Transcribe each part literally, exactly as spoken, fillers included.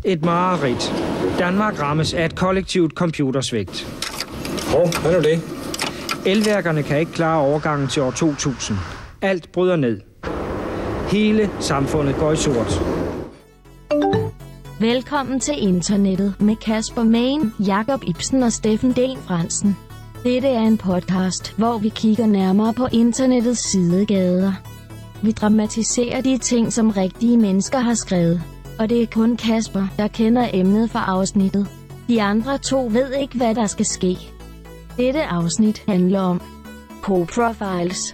Et mareridt. Danmark rammes af et kollektivt computersvigt. Åh, oh, hvad er det? Elværkerne kan ikke klare overgangen til år to tusind. Alt bryder ned. Hele samfundet går i sort. Velkommen til internettet med Kasper Main, Jakob Ibsen og Steffen Den Fransen. Dette er en podcast, hvor vi kigger nærmere på internettets sidegader. Vi dramatiserer de ting, som rigtige mennesker har skrevet. Og det er kun Kasper, der kender emnet for afsnittet. De andre to ved ikke, hvad der skal ske. Dette afsnit handler om co-profiles.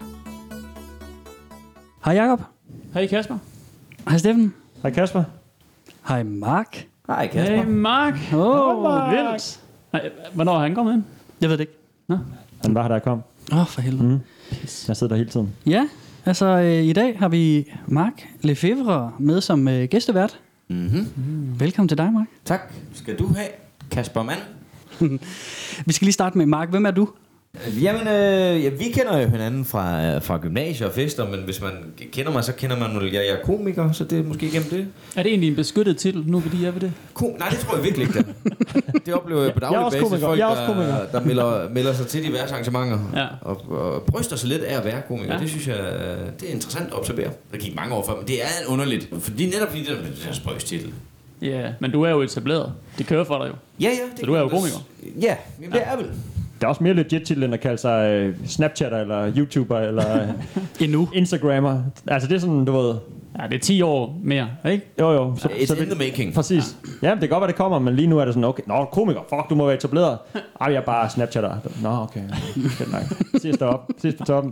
Hej Jakob. Hej Kasper. Hej Steffen. Hej Kasper. Hej Mark. Hej Kasper. Hej Mark. Åh, oh, vildt. Nej, hvornår har han kommet ind? Jeg ved det ikke. Nå. Han var her, da jeg kom. Åh, oh, for helvede. Mm. Jeg sidder der hele tiden. Ja, altså øh, i dag har vi Mark Lefebvre med som øh, gæstevært. Mm-hmm. Mm. Velkommen til dig, Mark. Tak skal du have, Kasper Mann. Vi skal lige starte med Mark. Hvem er du? Jamen, øh, ja, vi kender jo hinanden fra, fra gymnasier og fester, men hvis man kender mig, så kender man jo, jeg, jeg er komiker, så det er måske igennem det. Er det egentlig en beskyttet titel, nu fordi jeg ved det? Ko- Nej, det tror jeg virkelig ikke, det. Det oplever jeg på daglig basis, komiker. folk, Jeg er også der, komiker. der melder, melder sig til diverse arrangementer, Ja. og, og bryster sig lidt af at være komiker. Ja. Det synes jeg, det er interessant at observere. Der gik mange år før, men det er underligt, fordi netop fordi det er en spøjs titel. Ja, yeah, men du er jo etableret. Det kører for dig jo. Ja, ja. Det så du er jo komiker. Ja, jamen, det er vel. Det er også mere legit titel, end at kalde sig uh, Snapchatter, eller YouTuber, eller Endnu. Instagrammer. Altså det er sådan, du ved... Ja, det er ti år mere, ikke? Jo, jo. Så, It's så in the making. Præcis. Ja, det kan godt være, det kommer, men lige nu er det sådan, okay, nå, komiker, fuck, du må være etableret. Ej, jeg er bare Snapchatter. Nå, okay. Fedt nok. Ses deroppe. Ses på toppen.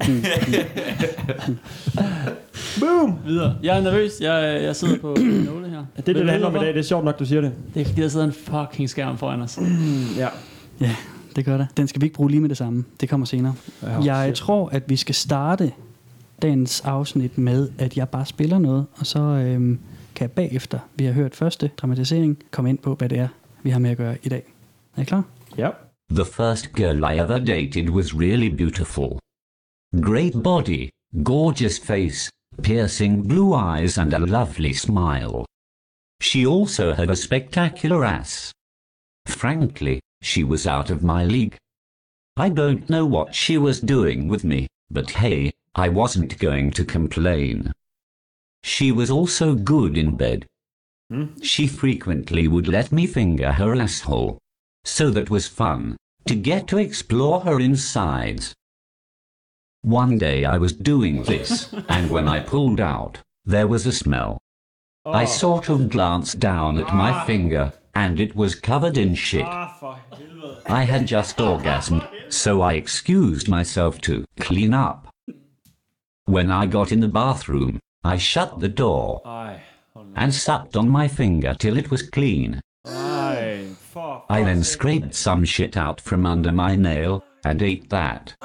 Boom! Videre. Jeg er nervøs. Jeg, jeg sidder på nåle her. Det er det, det handler om i dag. Det er sjovt nok, du siger det. Det er fordi, der sidder en fucking skærm foran os. Ja. Ja, det gør det. Den skal vi ikke bruge lige med det samme. Det kommer senere. Ja, Jeg tror, at vi skal starte dagens afsnit med, at jeg bare spiller noget, og så øhm, kan jeg bagefter, vi har hørt første dramatisering, komme ind på, hvad det er, vi har med at gøre i dag. Er I klar? Ja. The first girl I ever dated was really beautiful. Great body, gorgeous face, piercing blue eyes and a lovely smile. She also had a spectacular ass. Frankly, she was out of my league. I don't know what she was doing with me, but hey, I wasn't going to complain. She was also good in bed. Hmm? She frequently would let me finger her asshole. So that was fun, to get to explore her insides. One day I was doing this, and when I pulled out, there was a smell. Oh. I sort of glanced down at my finger, and it was covered in shit. I had just orgasmed, so I excused myself to clean up. When I got in the bathroom, I shut the door and sucked on my finger till it was clean. I then scraped some shit out from under my nail and ate that.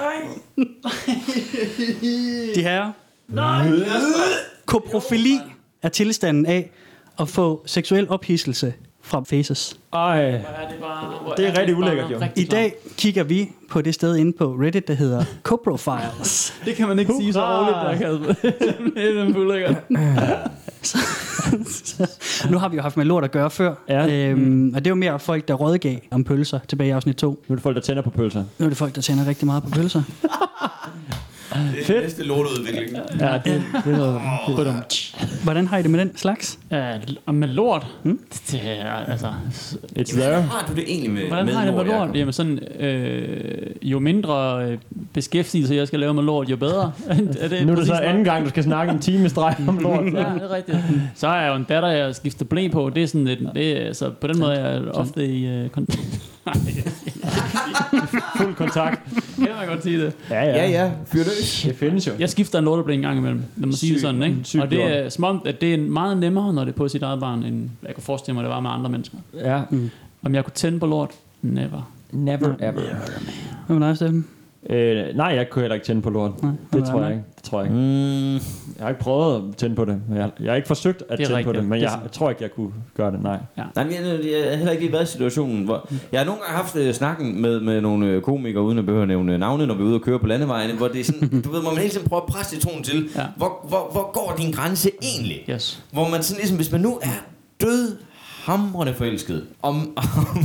De her. Koprofili er tilstanden af at få seksuel ophidselse fra faces. Ej, Det, bare, det er rigtig ulækkert, jo. I dag kigger vi på det sted inde på Reddit, der hedder co-profiles. Det kan man ikke sige så roligt, der Kasper. Det er den ulækkert. Nu har vi jo haft med lort at gøre før, Ja. øhm, og det er jo mere folk, der rådgav om pølser tilbage i afsnit to. nu er det folk, der tænder på pølser. Nu er det folk, der tænder rigtig meget på pølser. Det er Fedt. næste lorteudvikling. Ja, det, det er noget... Hvordan har I det med den slags? Ja, og med lort. Hmm? Det er altså... It's there. Har du det egentlig med, Hvordan med har jeg det med lort, lort? Jacob? Jamen sådan, øh, jo mindre øh, beskæftigelse jeg skal lave med lort, jo bedre. er det Nu er det præcis så nok? anden gang, du skal snakke en time i streg om lort. Ja, det er rigtigt. Så har jeg jo en datter, jeg skifter blæ på. Det er sådan lidt... Det er, så på den måde er jeg ofte i... Uh, kon- Fuld kontakt. kan man godt sige det. Ja, ja. Ja, ja. Fyr løs. Det findes jo. Jeg skifter en lorteblæ en gang imellem. Lad mig sige det sådan, ikke? sygt Og det er som om, at det er meget nemmere, når det er på sit eget barn, end jeg kunne forestille mig, det var med andre mennesker. Ja. Om jeg kunne tænde på lort? Never. Never ever. Hvad med dig, Steffen? Øh, nej, jeg kunne heller ikke tænde på lort. Nej, det nej, tror nej. jeg ikke. Det tror jeg ikke. Mm. Jeg har ikke prøvet at tænde på det. Jeg, jeg har ikke forsøgt at Det er tænde rigtigt, på det, men det er jeg, sådan. jeg tror ikke, jeg kunne gøre det. Nej. Ja. Nej, men jeg, jeg har heller ikke lige været i situationen, hvor... Jeg har nogle gange haft uh, snakken med, med nogle komikere, uden at behøve at nævne navne, når vi er ude og køre på landevejene, hvor det er sådan, du ved, hvor man hele tiden prøver at presse citronen til, Ja. hvor, hvor, hvor går din grænse egentlig? Yes. Hvor man sådan ligesom, hvis man nu er død hamrende forelsket. Om, om,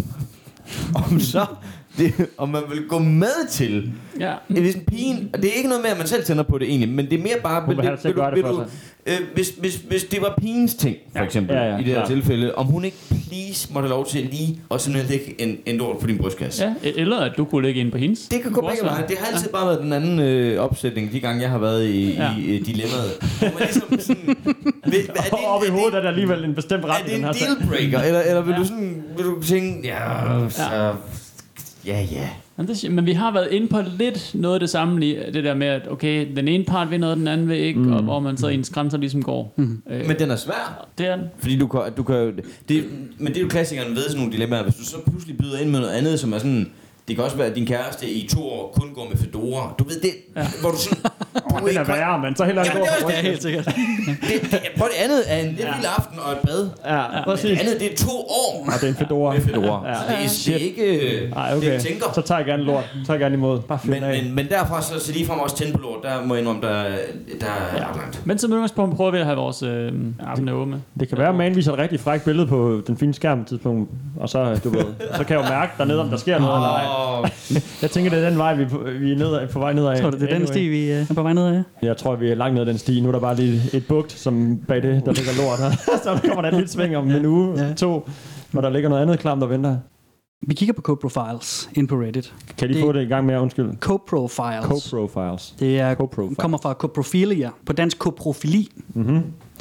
om så... Det, om man vil gå med til. Ja. Hvis en pigen, det er ikke noget med, at man selv tænder på det egentlig, men det er mere bare... Hun vil have selv gøre det for sig. Øh, hvis, hvis, hvis det var pigens ting, for Ja. eksempel, Ja, ja, i det her klar. tilfælde, om hun ikke please måtte have lov til lige at simpelthen lægge en, en lort på din brystkasse. Ja, eller at du kunne lægge ind på hendes. Det kan Det gå kunne begge også veje. være. Det har altid bare været den anden øh, opsætning, de gange jeg har været i, Ja. i øh, dilemmaet. Hvor man ligesom sådan... Vil, er det, Og oppe i er det- hovedet er der alligevel en bestemt Er retning. det en den har sat. dealbreaker, eller, eller vil du sådan... Vil du tænke, ja, så... Ja, ja. Men, det, men vi har været inde på lidt noget af det samme, lige, det der med, at okay, den ene part vil noget, den anden vil ikke, mm. og hvor man så ens grænser ligesom går. Mm. Øh, Men den er svær. det er den. Fordi du kan, du kan det, men det er jo klassikeren ved sådan nogle dilemmaer. Hvis du så pludselig byder ind med noget andet, som er sådan... Det kan også være, at din kæreste i to år kun går med fedora. Du ved det, ja. Hvor du sådan... Åh, den er værre, men så heller ikke Jamen, det er går også for det. helt sikkert. Det, det, prøv det andet er en lidt vild aften og et bad. Ja, Men det præcis. andet, det er to år Og det er en fedora. med fedora. Ja. Så det, er, det er ikke... Ej, Det okay. er tænker. Så tager jeg gerne lort. Så tager jeg gerne imod. Bare fyr Men, den af. men, men derfra så, så lige frem også tænde på lort, der må jeg indrømme, der, der er ret langt. Men som udgangspunkt prøver vi at have vores øh, aften åbne. Det kan være, at man viser et rigtig frækt billede på den fine skærm på et tidspunkt, og så, du ved, så kan jeg jo mærke dernede, om der sker noget eller ej. Åh, Jeg tænker, det er den vej, vi er på, vi er ned, på vej nedad. Tror du, det er den Anyway. sti, vi øh, er på vej ned af? Jeg tror, vi er langt ned ad den sti. Nu er der bare lige et bugt, som bag det, der ligger lort her. Så kommer der et lille sving om en uge, Ja. to, hvor der ligger noget andet klam, der venter. Vi kigger på co-profiles ind på Reddit. Kan de Det- få det i gang med, undskyld? Co-profiles. Co-profiles. Det er, Co-profile. kommer fra coprofilia, på dansk coprofili. Mhm.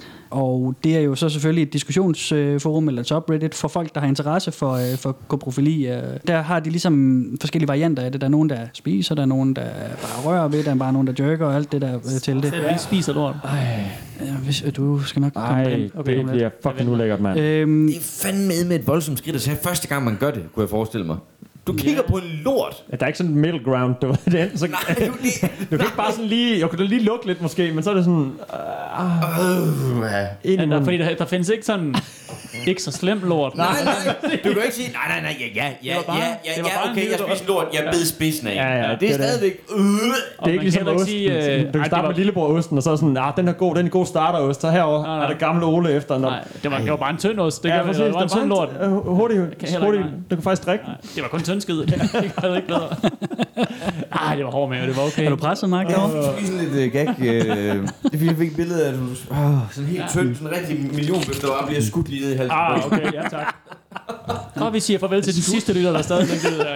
Og det er jo så selvfølgelig et diskussionsforum eller et subreddit for folk, der har interesse for, øh, for coprofili. Øh, Der har de ligesom forskellige varianter af det. Der er nogen, der spiser, der er nogen, der bare rører ved, der er bare nogen, der jerker og alt det der øh, til det. Det er, vi spiser lort. Ja, hvis, øh, du skal nok komme Ej, ind. okay, det bliver fucking ulækkert, mand. Øhm, det er fandme med et voldsomt skridt at tage første gang, man gør det, kunne jeg forestille mig. Du kigger på en lort. Ja, der er ikke sådan en middle ground, du ved. Det er enten så, Nej, du lige... du kan ikke bare sådan lige... Jo, kan du lige lugte lidt måske, men så er det sådan... Øh, ja. Ind i Ja, der, munden. fordi der, der findes ikke sådan ikke så slemt lort. Nej, nej, du kan ikke sige, nej, nej, nej, ja, ja, ja, Det var bare- ja, ja, det var bare ja, en okay, jeg lille spiser lort, jeg bed spidsen af. Ja, ja, det er det er stadigvæk, øh, Det er ikke ligesom kan osten. sige, øh, du ej, kan det starte var- med lillebror-osten, og så er sådan, ah, den er god, den er en god starterost. Så herovre Nej, nej. er der gamle Ole efter. Når... Nej, det var, det var bare en tynd ost. Det, Ja, kan, præcis. det var en tynd lort. Øh, Hurtigt, kan heller hurtigt. ikke, nej. Du kan faktisk drikke den. Nej, det var kun tyndskid. Det gør det ikke bedre. Nej, det var hård med, det var okay. er du presset, Mark? derovre? Jeg spiser lidt uh, gag. Uh, det er fordi, jeg fik et billede af, at du oh, sådan helt tynd, sådan en rigtig millionbøf, der bare bliver skudt lige ned i halsen. Ah, okay, ja tak. Og vi siger farvel til den sidste lytter, der stadig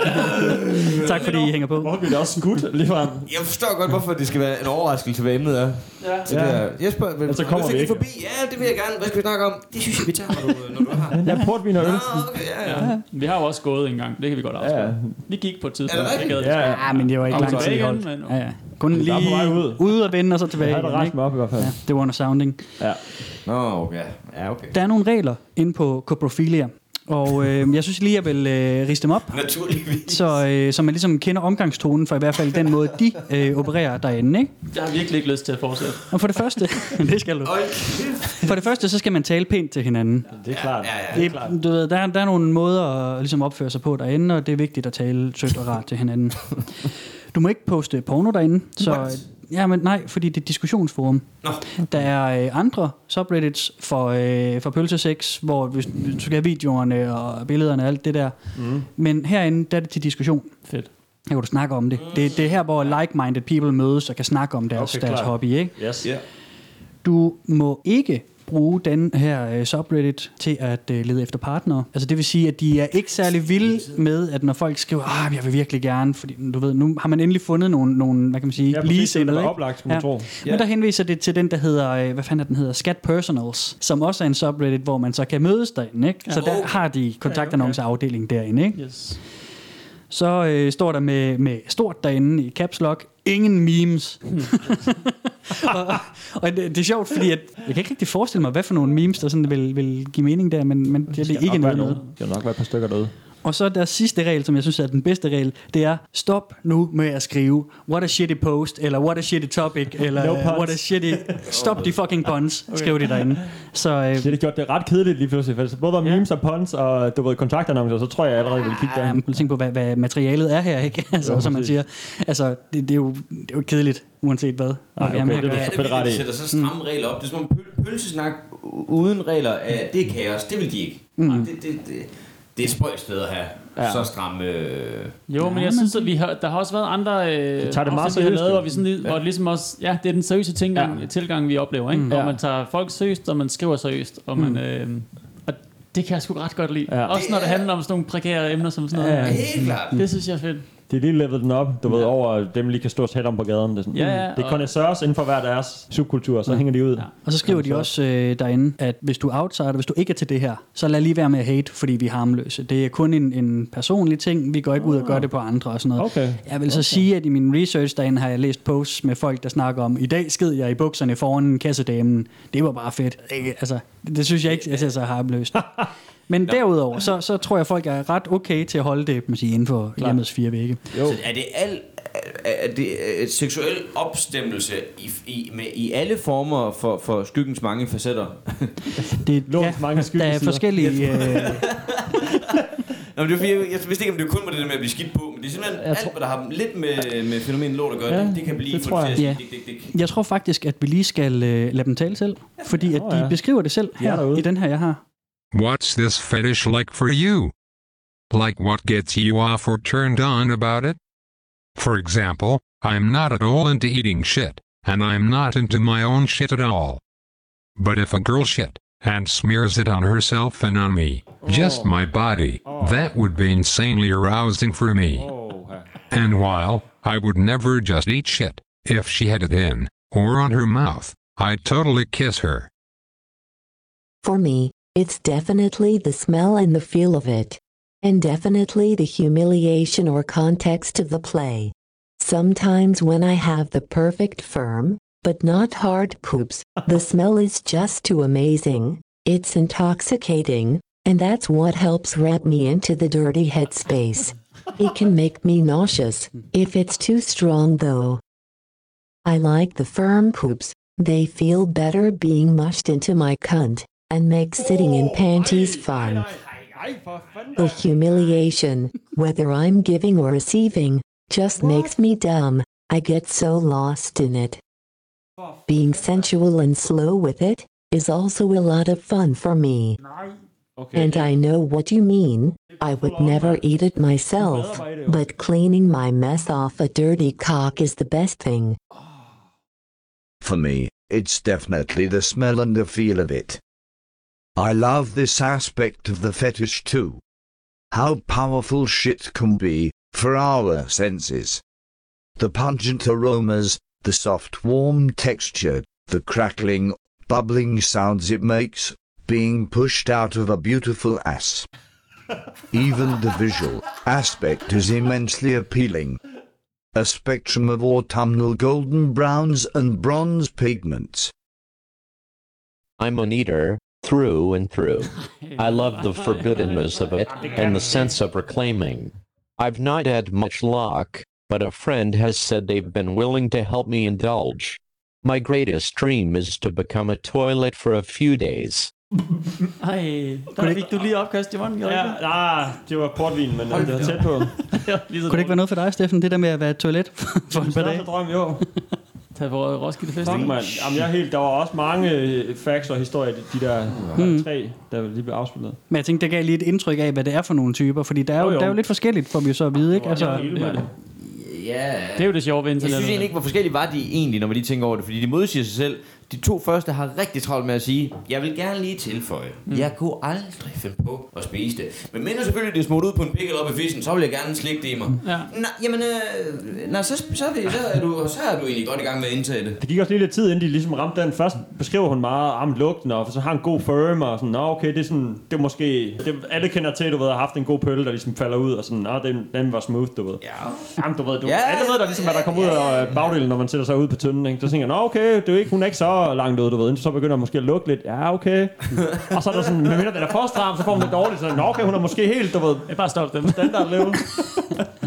er. Tak fordi I hænger på. Hvor bliver det også skudt lige frem. Jeg forstår godt, hvorfor det skal være en overraskelse, hvad emnet er. Ja. Det der. Jesper, vil, så kommer vil du vi ikke ikke. forbi? Ja, det vil jeg gerne. Hvad skal vi snakke om? Det synes jeg, vi tager, når du, når du er her. Jeg har portvin og øl. Nå, okay, ja, ja. Ja. Vi har jo også gået en gang. Det kan vi godt afsløre. Ja. Vi gik på et Er tidspunkt. det rigtigt? gad vi Ja, sgu. ja. Ja, men det var ikke Kom lang tid tilbage i igen, holdt. men- Ja, ja. Kun Vi var på vej lige ud. ud og vende og så tilbage Jeg havde det igen, rejst ikke? mig op i hvert fald. Ja, det var under sounding. Ja. Nå, okay. Ja, okay. Der er nogle regler inde på coprofilia, og øh, jeg synes lige, jeg vil øh, riste dem op, Naturligvis. så, øh, så man ligesom kender omgangstonen for i hvert fald den måde, de øh, opererer derinde. Ikke? Jeg har virkelig ikke lyst til at fortsætte. Og for det første, det skal du. For det første, så skal man tale pænt til hinanden. Det er klart. Ja, ja. Det, du ved, der, der er nogle måder at ligesom opføre sig på derinde, og det er vigtigt at tale sødt og rart til hinanden. Du må ikke poste porno derinde. Så, What? ja, men nej, fordi det er et diskussionsforum. Nå. Der er øh, andre subreddits for, øh, for pølsesex, hvor hvis du skal have videoerne og billederne og alt det der. Mm. Men herinde, der er det til diskussion. Fedt. Her kan du snakke om det. Det, det er her, hvor like-minded people mødes og kan snakke om deres, Okay, deres klar. hobby. Ikke? Yes. Ja. Du må ikke bruge den her uh, subreddit til at uh, lede efter partnere. Altså det vil sige, at de er ikke særlig vilde med, at når folk skriver, ah, jeg vil virkelig gerne, fordi du ved, nu har man endelig fundet nogle, nogle hvad kan man sige, Ja, præcis. Det ligesindede, er ikke? oplagt, skulle man tro. Ja. Men der henviser det til den, der hedder, uh, hvad fanden er den hedder, Scat Personals, som også er en subreddit, hvor man så kan mødes derinde, ikke? Så der Okay. har de kontaktannonceafdeling derinde, ikke? Yes. Så øh, står der med, med stort derinde i caps lock, ingen memes. og og det, det er sjovt, fordi at, jeg kan ikke rigtig forestille mig, hvad for nogle memes, der sådan vil, vil give mening der, men, men det, det er ikke noget noget. Det skal nok være et par stykker derude. Og så der sidste regel, som jeg synes er den bedste regel, det er, stop nu med at skrive, what a shitty post, eller what a shitty topic, eller No no puns. what a shitty, stop de fucking puns, okay. Skriver de derinde. Så øh, Det har gjort det ret kedeligt lige pludselig. For hvis både var memes og puns og du ved, kontaktannoncer, så tror jeg, jeg allerede vil kigge ja, der. man kan tænke på, hvad, hvad materialet er her, ikke? Altså, Jo, som man præcis. siger. Altså, det, det, er jo, det er jo kedeligt, uanset hvad. Nej, Jamen, okay, her det gør er Ja, det fedt er ret vildt, i. de sætter så stramme regler op. Det er som om pøl, pølsesnak uden regler, af, det er kaos. Det vil de ikke. Mm. Det, det, det, det er et spøjt sted at have ja. så stramme... Øh... Jo, men jeg synes, at vi har, der har også været andre... Øh, det tager det meget seriøst, seriøst. Hvor, vi sådan, ja. hvor det ligesom også... Ja, det er den seriøse tilgang, ja. tilgang vi oplever, ikke? Mm. Hvor ja. man tager folk seriøst, og man skriver seriøst, og man... Øh, og det kan jeg sgu ret godt lide. Ja. Også når det handler om sådan nogle prekære emner som sådan noget. Ja, helt klart. Det synes jeg er fedt. Det er lige levelet den op, du ved, over dem lige kan stå og tæt om på gaden. Det er, sådan, ja, ja, det er connoisseurs inden for hver deres subkultur, så ja. hænger de ud. Ja. Og så skriver de også øh, derinde, at hvis du er outsider, hvis du ikke er til det her, så lad lige være med at hate, fordi vi er harmløse. Det er kun en, en personlig ting, vi går ikke ud og gør det på andre og sådan noget. Okay. Jeg vil så okay. sige, at i min research derinde har jeg læst posts med folk, der snakker om, i dag sked jeg i bukserne foran kassedamen. Det var bare fedt. Ikke? Altså, det, det synes jeg ikke, jeg ser så harmløst. Men no. derudover, så, så tror jeg, folk er ret okay til at holde det, man siger, inden for Klar. hjemmets fire vægge. Jo. Så er det al er det seksuel opstemmelse i, i, med, i alle former for, for skyggens mange facetter? Det ja, mange der er forskellige... Øh... Nå, men det er, jeg, jeg vidste ikke, om det kun var det der med at blive skidt på, men det er simpelthen jeg alt, tror... hvad der har lidt med, med fænomenet lort at gøre, ja, det, det kan blive for det ja. dik, dik, dik. Jeg tror faktisk, at vi lige skal uh, lade dem tale selv, fordi at de beskriver det selv her ja, i den her, jeg har. What's this fetish like for you? Like what gets you off or turned on about it? For example, I'm not at all into eating shit, and I'm not into my own shit at all. But if a girl shit and smears it on herself and on me, oh. just my body, oh. that would be insanely arousing for me. Oh. And while I would never just eat shit, if she had it in, or on her mouth, I'd totally kiss her. For me, it's definitely the smell and the feel of it. And definitely the humiliation or context of the play. Sometimes when I have the perfect firm, but not hard poops, the smell is just too amazing. It's intoxicating, and that's what helps wrap me into the dirty headspace. It can make me nauseous, if it's too strong though. I like the firm poops. They feel better being mushed into my cunt. And make sitting in panties fun. The humiliation, whether I'm giving or receiving, just makes me dumb. I get so lost in it. Being sensual and slow with it is also a lot of fun for me. And I know what you mean. I would never eat it myself, but cleaning my mess off a dirty cock is the best thing. For me, it's definitely the smell and the feel of it. I love this aspect of the fetish too. How powerful shit can be, for our senses. The pungent aromas, the soft warm texture, the crackling, bubbling sounds it makes, being pushed out of a beautiful ass. Even the visual aspect is immensely appealing. A spectrum of autumnal golden browns and bronze pigments. I'm an eater. Through and through. I love the forbiddenness of it, and the sense of reclaiming. I've not had much luck, but a friend has said they've been willing to help me indulge. My greatest dream is to become a toilet for a few days. Ej, der fik du lige opkast i munden, ja, nej, det var portvin, men det var tæt på. Kunne det ikke være noget for dig, Steffen, det der med at være et toilet for et par dage? Drøm, jo. Tag på Roskilde Fest. Jamen, jeg er helt, der var også mange facts og historier, de der mm. tre, der lige blev afspillet. Men jeg tænkte, det gav lige et indtryk af, hvad det er for nogle typer, fordi der er jo, jo, jo. Der er jo lidt forskelligt, får vi jo så at vide, ikke? Altså, ja. Ja, det er jo det sjove ved internettet. Jeg synes egentlig ikke, hvor forskellige var de egentlig, når man lige tænker over det, fordi de modsiger sig selv. De to første har rigtig travlt med at sige, jeg vil gerne lige tilføje. Mm. Jeg kunne aldrig finde på at spise det. Men mindre selvfølgelig, det er smurt ud på en pik eller op i fisken, så vil jeg gerne slikke det i mig. Ja. Nå, jamen, øh, nå, så, så, er vi, så, er du, så er du egentlig godt i gang med at indtage det. Det gik også lige lidt tid, inden de ligesom ramte den. Først beskriver hun meget om lugten, og så har en god firm, og sådan, nå okay, det er sådan, det er måske, det, alle kender til, du ved, har haft en god pølle, der ligesom falder ud, og sådan, nå, den, den var smooth, du ved. Ja. Jamen, du ved, du, ja, alle ved, der ligesom, hvad der kommer ud af bagdelen, når man sætter sig ud på tynden, ikke? Så tænker jeg, nå okay, det er ikke, hun er ikke så langt ud, du ved. Så begynder måske at lugte lidt. Ja, okay. Og så er der sådan, medmindre den er for stram, så får hun det dårligt. Så nå, okay, hun er måske helt, du ved. Jeg bare stolt dem. Standard level.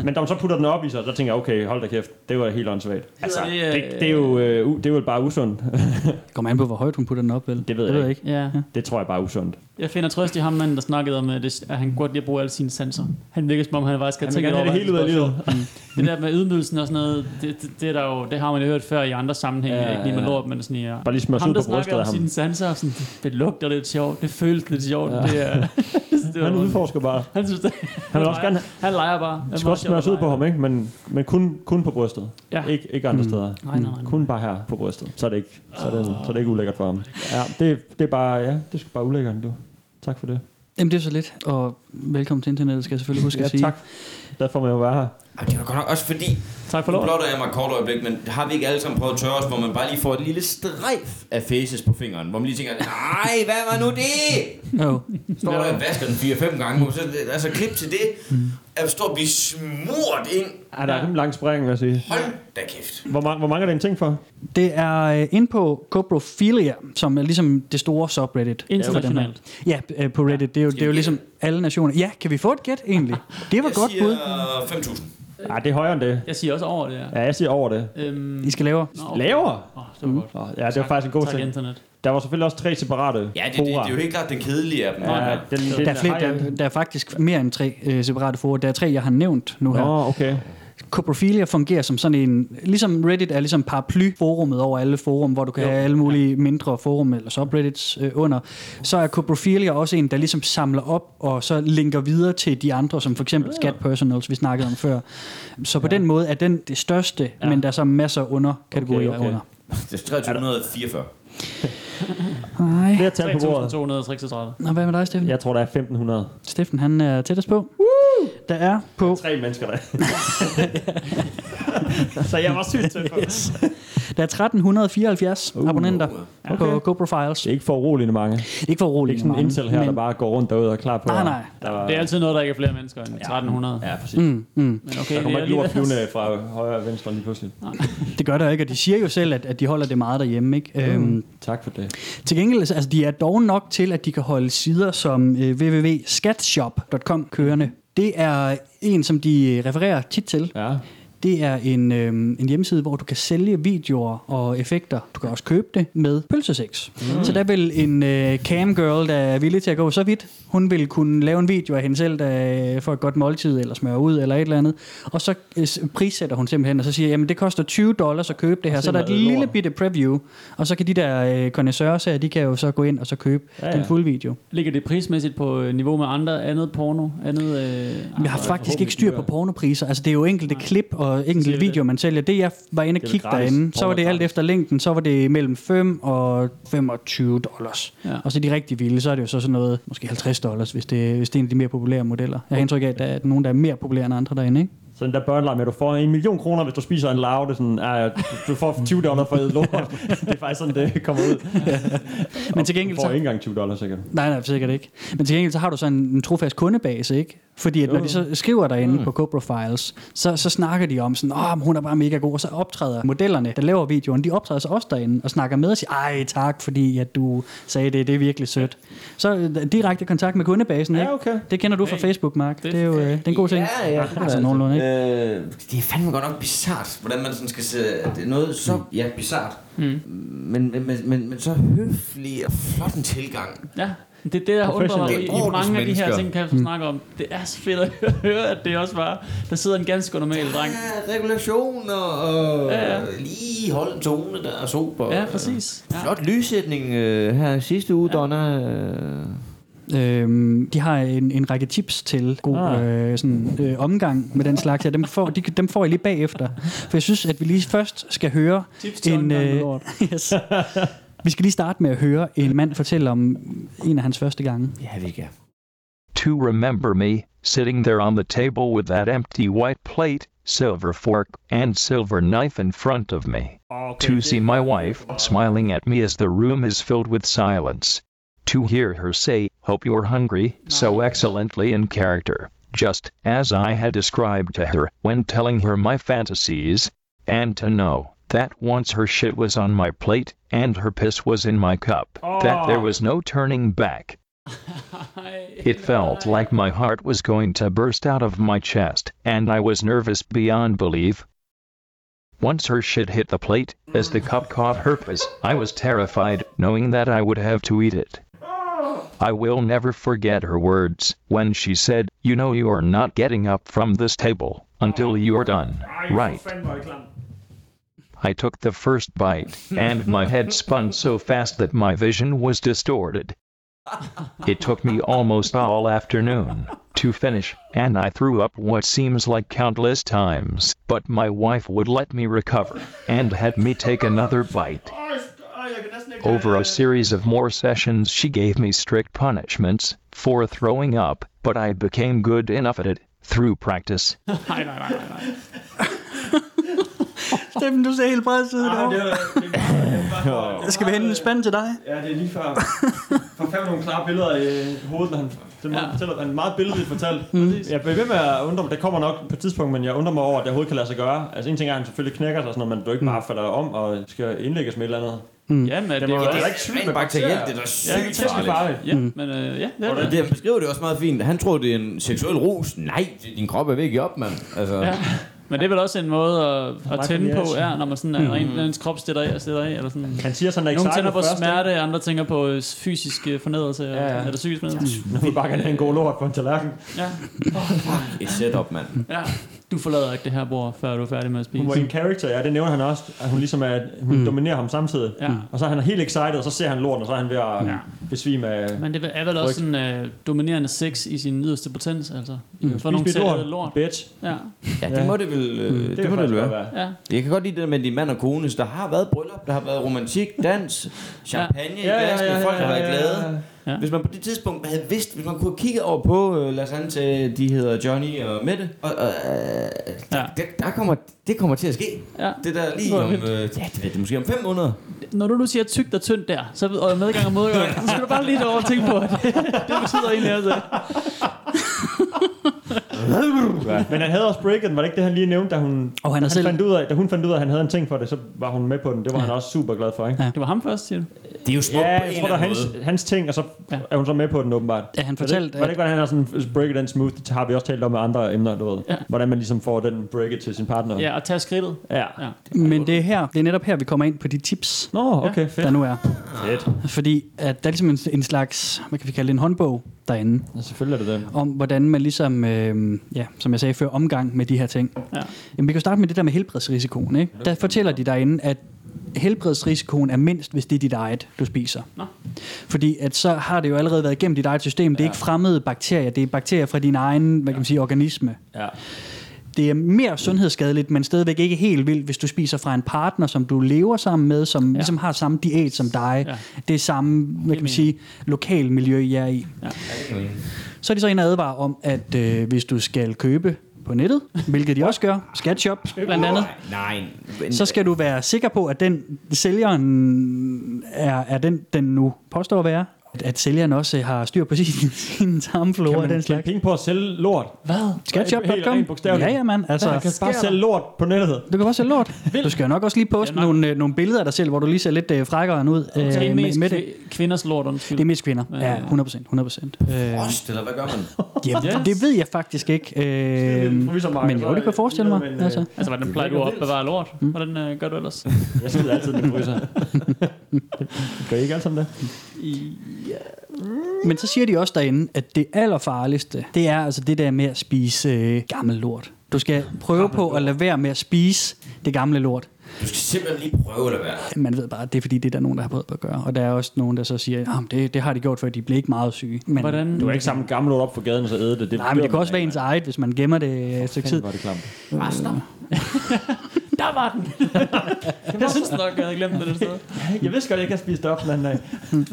Men da man så putter den op i sig, så tænker jeg, okay, hold da kæft, det var helt åndssvagt. Altså, det, det, det, er jo, øh, det er jo bare usundt. Kommer an på, hvor højt hun putter den op, vel? Det ved jeg, det ved ikke. Ja. Det tror jeg bare er usundt. Jeg finder trøst i ham, manden, der snakkede om, at, det, at han godt lide at bruge alle sine sanser. Han virker som om, han faktisk skal tænke over det hele ud af livet. Det der med ydmygelsen og sådan noget, det, det, det, er der jo, det har man jo hørt før i andre sammenhænge. Ja, ikke lige med lort, men sådan i... Bare lige smørs ud på brystet af ham. Ham, der snakker om sine sanser, sådan, det lugter lidt sjovt, det føles lidt sjovt. Ja. Det er, det han udforsker bare. Han synes det. Han vil også gerne... Han leger bare. Det skal også smøres ud på ham, ikke? Men, men kun, kun på brystet. Ja. Ik- ikke andre mm. steder. Nej, nej, nej. Kun bare her på brystet. Så er det ikke, så er det, så er det ikke ulækkert for ham. Ja, det, det er bare... Ja, det skal bare ulækkert, du. Tak for det. Jamen, det er så lidt. Og velkommen til internettet, skal jeg selvfølgelig huske ja, at sige. Tak. Derfor må jeg jo være her. Det var godt nok også fordi, tak for lov. Nu blotter jeg mig et kort øjeblik, men har vi ikke alle sammen prøvet at tørre os, hvor man bare lige får et lille strejf af faces på fingeren, hvor man lige tænker, nej, hvad var nu det? Jo. Står der og vasker den fire fem gange, så altså klip til det, mm. at står og blive smurt ind. Ja, der er en lang spring, vil jeg sige. Hold da kæft. Hvor, ma- hvor mange er det en ting for? Det er inde på Coprophilia, som er ligesom det store subreddit. Internationalt. Ja, på Reddit. Det er jo, det er jo ligesom alle nationer. Ja, kan vi få et gæt egentlig? Det var jeg godt siger bud. fem tusind. Ja, det er højere end det. Jeg siger også over det, ja. Ja, jeg siger over det. Øhm, I skal lavere. okay. Lavere? Åh, oh, det var godt. Ja, det var faktisk en god tak, ting. internet. Der var selvfølgelig også tre separate Ja, det, det, det er jo helt klart den kedelige af dem. Ja, den, den, der, er flere, der, der er faktisk mere end tre øh, separate forer. Der er tre, jeg har nævnt nu her. Åh, oh, okay. Coprophilia fungerer som sådan en, ligesom Reddit er ligesom paraply-forumet over alle forum, hvor du kan jo. have alle mulige mindre forum eller subreddits øh, under. Så er Coprophilia også en, der ligesom samler op og så linker videre til de andre, som for eksempel Scat Personals, vi snakkede om før. Så på ja. den måde er den det største, ja. men der er så masser under kategorier okay, okay. under. Det er tre tusind og fireogfyrre. Nej. Flere tal på bordet. tre tusind to hundrede og seksogtredive. Nå, hvad med dig, Steffen? Jeg tror, der er femten hundrede. Steffen, han er tættest på. Woo! Der er på... Der er tre mennesker, der Så jeg var sygt tæt på. Yes. Der er tretten fireoghalvfjerds uh, abonnenter okay. på GoProfiles. Det er ikke for uroligende mange. Det er ikke for uroligende mange. Det er ikke sådan en Intel her, men... der bare går rundt derude og er klar på... Nej, nej. Der... Det er altid noget, der ikke er flere mennesker end tretten hundrede. Ja, præcis. Mm, mm. Men okay, der kommer ikke lort flyvende fra højre og venstre lige pludselig. Det gør der ikke, og de siger jo selv, at, at de holder det meget derhjemme. Ikke? Mm. Øhm, tak for det. Til gengæld, altså de er dog nok til, at de kan holde sider som øh, w w w punktum skatshop punktum com kørende. Det er en, som de refererer tit til. Ja. Det er en, øh, en hjemmeside, hvor du kan sælge videoer og effekter. Du kan også købe det med pølsesex. Mm. Så der vil en øh, camgirl, der er villig til at gå så vidt, hun vil kunne lave en video af hende selv, der får et godt måltid, eller smøre ud, eller et eller andet. Og så øh, prissætter hun simpelthen, og så siger, jamen det koster tyve dollars at købe det her. Så, så der er et lille bitte preview, og så kan de der øh, connoisseurs her, de kan jo så gå ind og så købe ja, ja. den fulde video. Ligger det prismæssigt på niveau med andre, andet porno? Andet, øh, jeg har faktisk ikke styr på pornopriser. Altså det er jo enkelte Nej. klip og enkelte video, man sælger. Det jeg var inde og kigge derinde, så var det alt efter længden, så var det mellem fem og femogtyve dollars. Ja. Og så de rigtig vilde, så er det jo så sådan noget, måske halvtreds dollars, hvis det, hvis det er en af de mere populære modeller. Jeg har indtryk af, at der er nogen, der er mere populære end andre derinde, ikke? Så den der børnelej med, at du får en million kroner, hvis du spiser en larve, det er sådan, ja, du får tyve dollars for et lort. Det er faktisk sådan, det kommer ud. Ja. Men til gengæld du får så... ikke engang tyve dollars, sikkert. Nej, nej, sikkert ikke. Men til gengæld så har du sådan en trofast kundebase, ikke? Fordi at når de så skriver derinde mm. på GoProfiles, så, så snakker de om sådan, åh, hun er bare mega god, og så optræder modellerne, der laver videoen, de optræder så også derinde og snakker med og siger, ej tak, fordi at du sagde det, det er virkelig sødt. Så direkte kontakt med kundebasen, ikke? Ja, okay. Det kender du fra Facebook, Mark. Det er jo øh, det er en god ting. Ja, ja. Altså nogenlunde, ikke? Øh, det er fandme godt nok bizart, hvordan man sådan skal se, det er noget så, mm. ja, bizart, mm. men, men, men, men så høflig og flot en tilgang. Ja. Det er det, der undrer mig i, i mange af de her ting, kan jeg mm. snakke om. Det er så fedt at høre, at det også var, der sidder en ganske normal dreng. Ja, regulationer og ja, ja. lige holde en tone der og sober. Ja, præcis. Ja. Flot lyssætning øh, her sidste uge, ja. Donna. Øh. Øhm, de har en, en række tips til god ah. øh, sådan, øh, omgang med den slags. Ja, dem, får, de, dem får I lige bagefter. For jeg synes, at vi lige først skal høre en... Øh, yes. Vi skal lige starte med at høre en mand fortælle om en af hans første gange. Ja, det kan. To remember me, sitting there on the table with that empty white plate, silver fork, and silver knife in front of me. Okay. To see my wife smiling at me as the room is filled with silence. To hear her say, "Hope you're hungry," so excellently in character, just as I had described to her when telling her my fantasies, and to know that once her shit was on my plate and her piss was in my cup, oh. that there was no turning back. It felt like my heart was going to burst out of my chest, and I was nervous beyond belief. Once her shit hit the plate, as the cup caught her face, I was terrified, knowing that I would have to eat it. I will never forget her words, when she said, "You know you are not getting up from this table, until you are done, right?" I took the first bite, and my head spun so fast that my vision was distorted. It took me almost all afternoon to finish, and I threw up what seems like countless times, but my wife would let me recover, and had me take another bite. Over a series of more sessions she gave me strict punishments for throwing up, but I became good enough at it through practice. Nej, nej, nej, nej. Steffen, du ser helt presset ud. Skal vi hente en spand til dig? Ja, det er lige før. For fem nogle klare billeder i hovedet, når han det ja. fortæller, han er meget billedligt fortalt. Mm. Jeg bliver ved med at undre mig, det kommer nok på et tidspunkt, men jeg undrer mig over, at det overhovedet kan lade sig gøre. Altså en ting er, at han selvfølgelig knækker sig sådan noget, men du ikke bare falder om og skal indlægges med et eller andet. Mm. Ja, men det, det, det, det er ikke sygt med bakterielt, det er da sygt farligt. Ja, men øh, ja, det er det. Han beskriver det også meget fint. Han tror, det er en seksuel rus. Nej, din krop er ved at give op, mand. Altså. Ja. Men det er vel også en måde at, at tænde på, ja, når man sådan er mm. ens krop stiller af og stiller af. Eller sådan. Han siger sådan, at nogle tænker på smerte, andre tænker på fysisk fornedrelse. Ja, ja. Eller psykisk fornedrelse. Nu vil bare gerne have en god lort på en tallerken. Ja. Et setup, mand. Ja. Du forlader ikke det her bord, før du er færdig med at spise. Hun var en character, ja, det nævner han også. At hun ligesom er, hun mm. dominerer ham samtidig. Ja. Og så er han helt excited, og så ser han lorten, og så er han ved at ja. besvime af. Men det er vel også sådan uh, dominerende sex i sin yderste potens, altså. Mm. For nogle lort. lort. Bitch. Ja. Ja, det må det vel, øh, mm. det, det må det vel være. være. Ja. Jeg kan godt lide det med de mand og kone, så der har været bryllup, der har været romantik, dans, champagne ja. i glasene, ja, ja, ja, folk har været glade. Ja. Hvis man på det tidspunkt havde vidst, hvis man kunne kigge over på, øh, lad os antage, de hedder Johnny og Mette, og øh, der, ja. der, der kommer, det kommer til at ske. Ja. Det der lige om, øh, ja, det ved det måske om fem måneder. Når du nu siger tykt og tyndt der, så og medgang og modgang, så skal du bare lige over og tænke på, at det, det betyder egentlig altså. Men han havde også breaket, var det ikke det han lige nævnte, da hun og han, han selv... fandt ud af, da hun fandt ud af, at han havde en ting for det, så var hun med på den. Det var ja. han også super glad for, ikke? Ja. Det var ham først, siger du? Det er jo smukt ja, på en jeg tror, der er hans, hans ting, og så ja. er hun så med på den åbenbart. Ja, han fortalte... Var det ikke, hvordan han har sådan breaket den smooth? Det har vi også talt om med andre emner, du ved. Ja. Hvordan man ligesom får den breaket til sin partner. Ja, og tage skridtet. Ja. ja. Men det er her, det er netop her, vi kommer ind på de tips, Nå, okay, fedt. der nu er. Fedt. Fordi at der er ligesom en, en slags, hvad kan vi kalde det, en håndbog derinde. Ja, selvfølgelig er det det. Om hvordan man ligesom, øh, ja, som jeg sagde før, omgang med de her ting. Ja. Jamen, vi kan starte med det der med helbredsrisikoen, ikke? Der fortæller de derinde, at helbredsrisikoen er mindst, hvis det er dit eget, du spiser. Nå. Fordi at så har det jo allerede været igennem dit eget system. Det er ja. ikke fremmede bakterier, det er bakterier fra din egen, hvad kan man sige, organisme. Ja. Det er mere sundhedsskadeligt, men stadigvæk ikke helt vildt, hvis du spiser fra en partner, som du lever sammen med, som ja. ligesom har samme diæt som dig. Ja. Det er samme, hvad kan man sige, lokal miljø, I er i. Ja. Så er de så inde og advarer om, at øh, hvis du skal købe på nettet, hvilket de også gør, Skatshop blandt andet, nej, så skal du være sikker på, at den sælgeren er, er den, den nu påstår at være. At sælgeren også har styr på sin, sin tarmflora. Kan man tjene penge på at sælge lort? Hvad? Skatshop punktum com? Ja, ja, mand. Altså, kan bare sælge lort på nettet. Du kan bare sælge lort. Du skal jo nok også lige poste ja, nogle, nogle billeder af dig selv, hvor du lige ser lidt uh, frækkere ud. Uh, det er mest med det. Kvinders lort, undskyld. Det er mest kvinder. Ja, hundrede procent. hundrede procent. Frost, eller hvad gør man? Ja, yes. Det ved jeg faktisk ikke. Uh, men jo, det kan forestille mig. Men, altså. altså, hvordan plejer du at opbevare lort? Hvordan uh, gør du ellers? Jeg smider altid den fryser. Gør I ikke alt som det? Ja. Men så siger de også derinde, at det allerfarligste, det er altså det der med at spise øh, gammel lort. Du skal prøve på at lade være med at spise det gamle lort. Du skal simpelthen lige prøve at lade være. Man ved bare, at det er fordi, det er der nogen, der har prøvet på at gøre. Og der er også nogen, der så siger, at det, det har de gjort, for de bliver ikke meget syge. Men hvordan? Du er ikke sammen gammel lort op for gaden, så æde det. det Nej, men det kan også være ens eget, hvis man gemmer det et stykke tid. Var det klamt. Ah, stop. Der var den. Jeg synes nok, jeg havde glemt det. Det jeg vidste godt, at jeg kan spise det op den anden dag.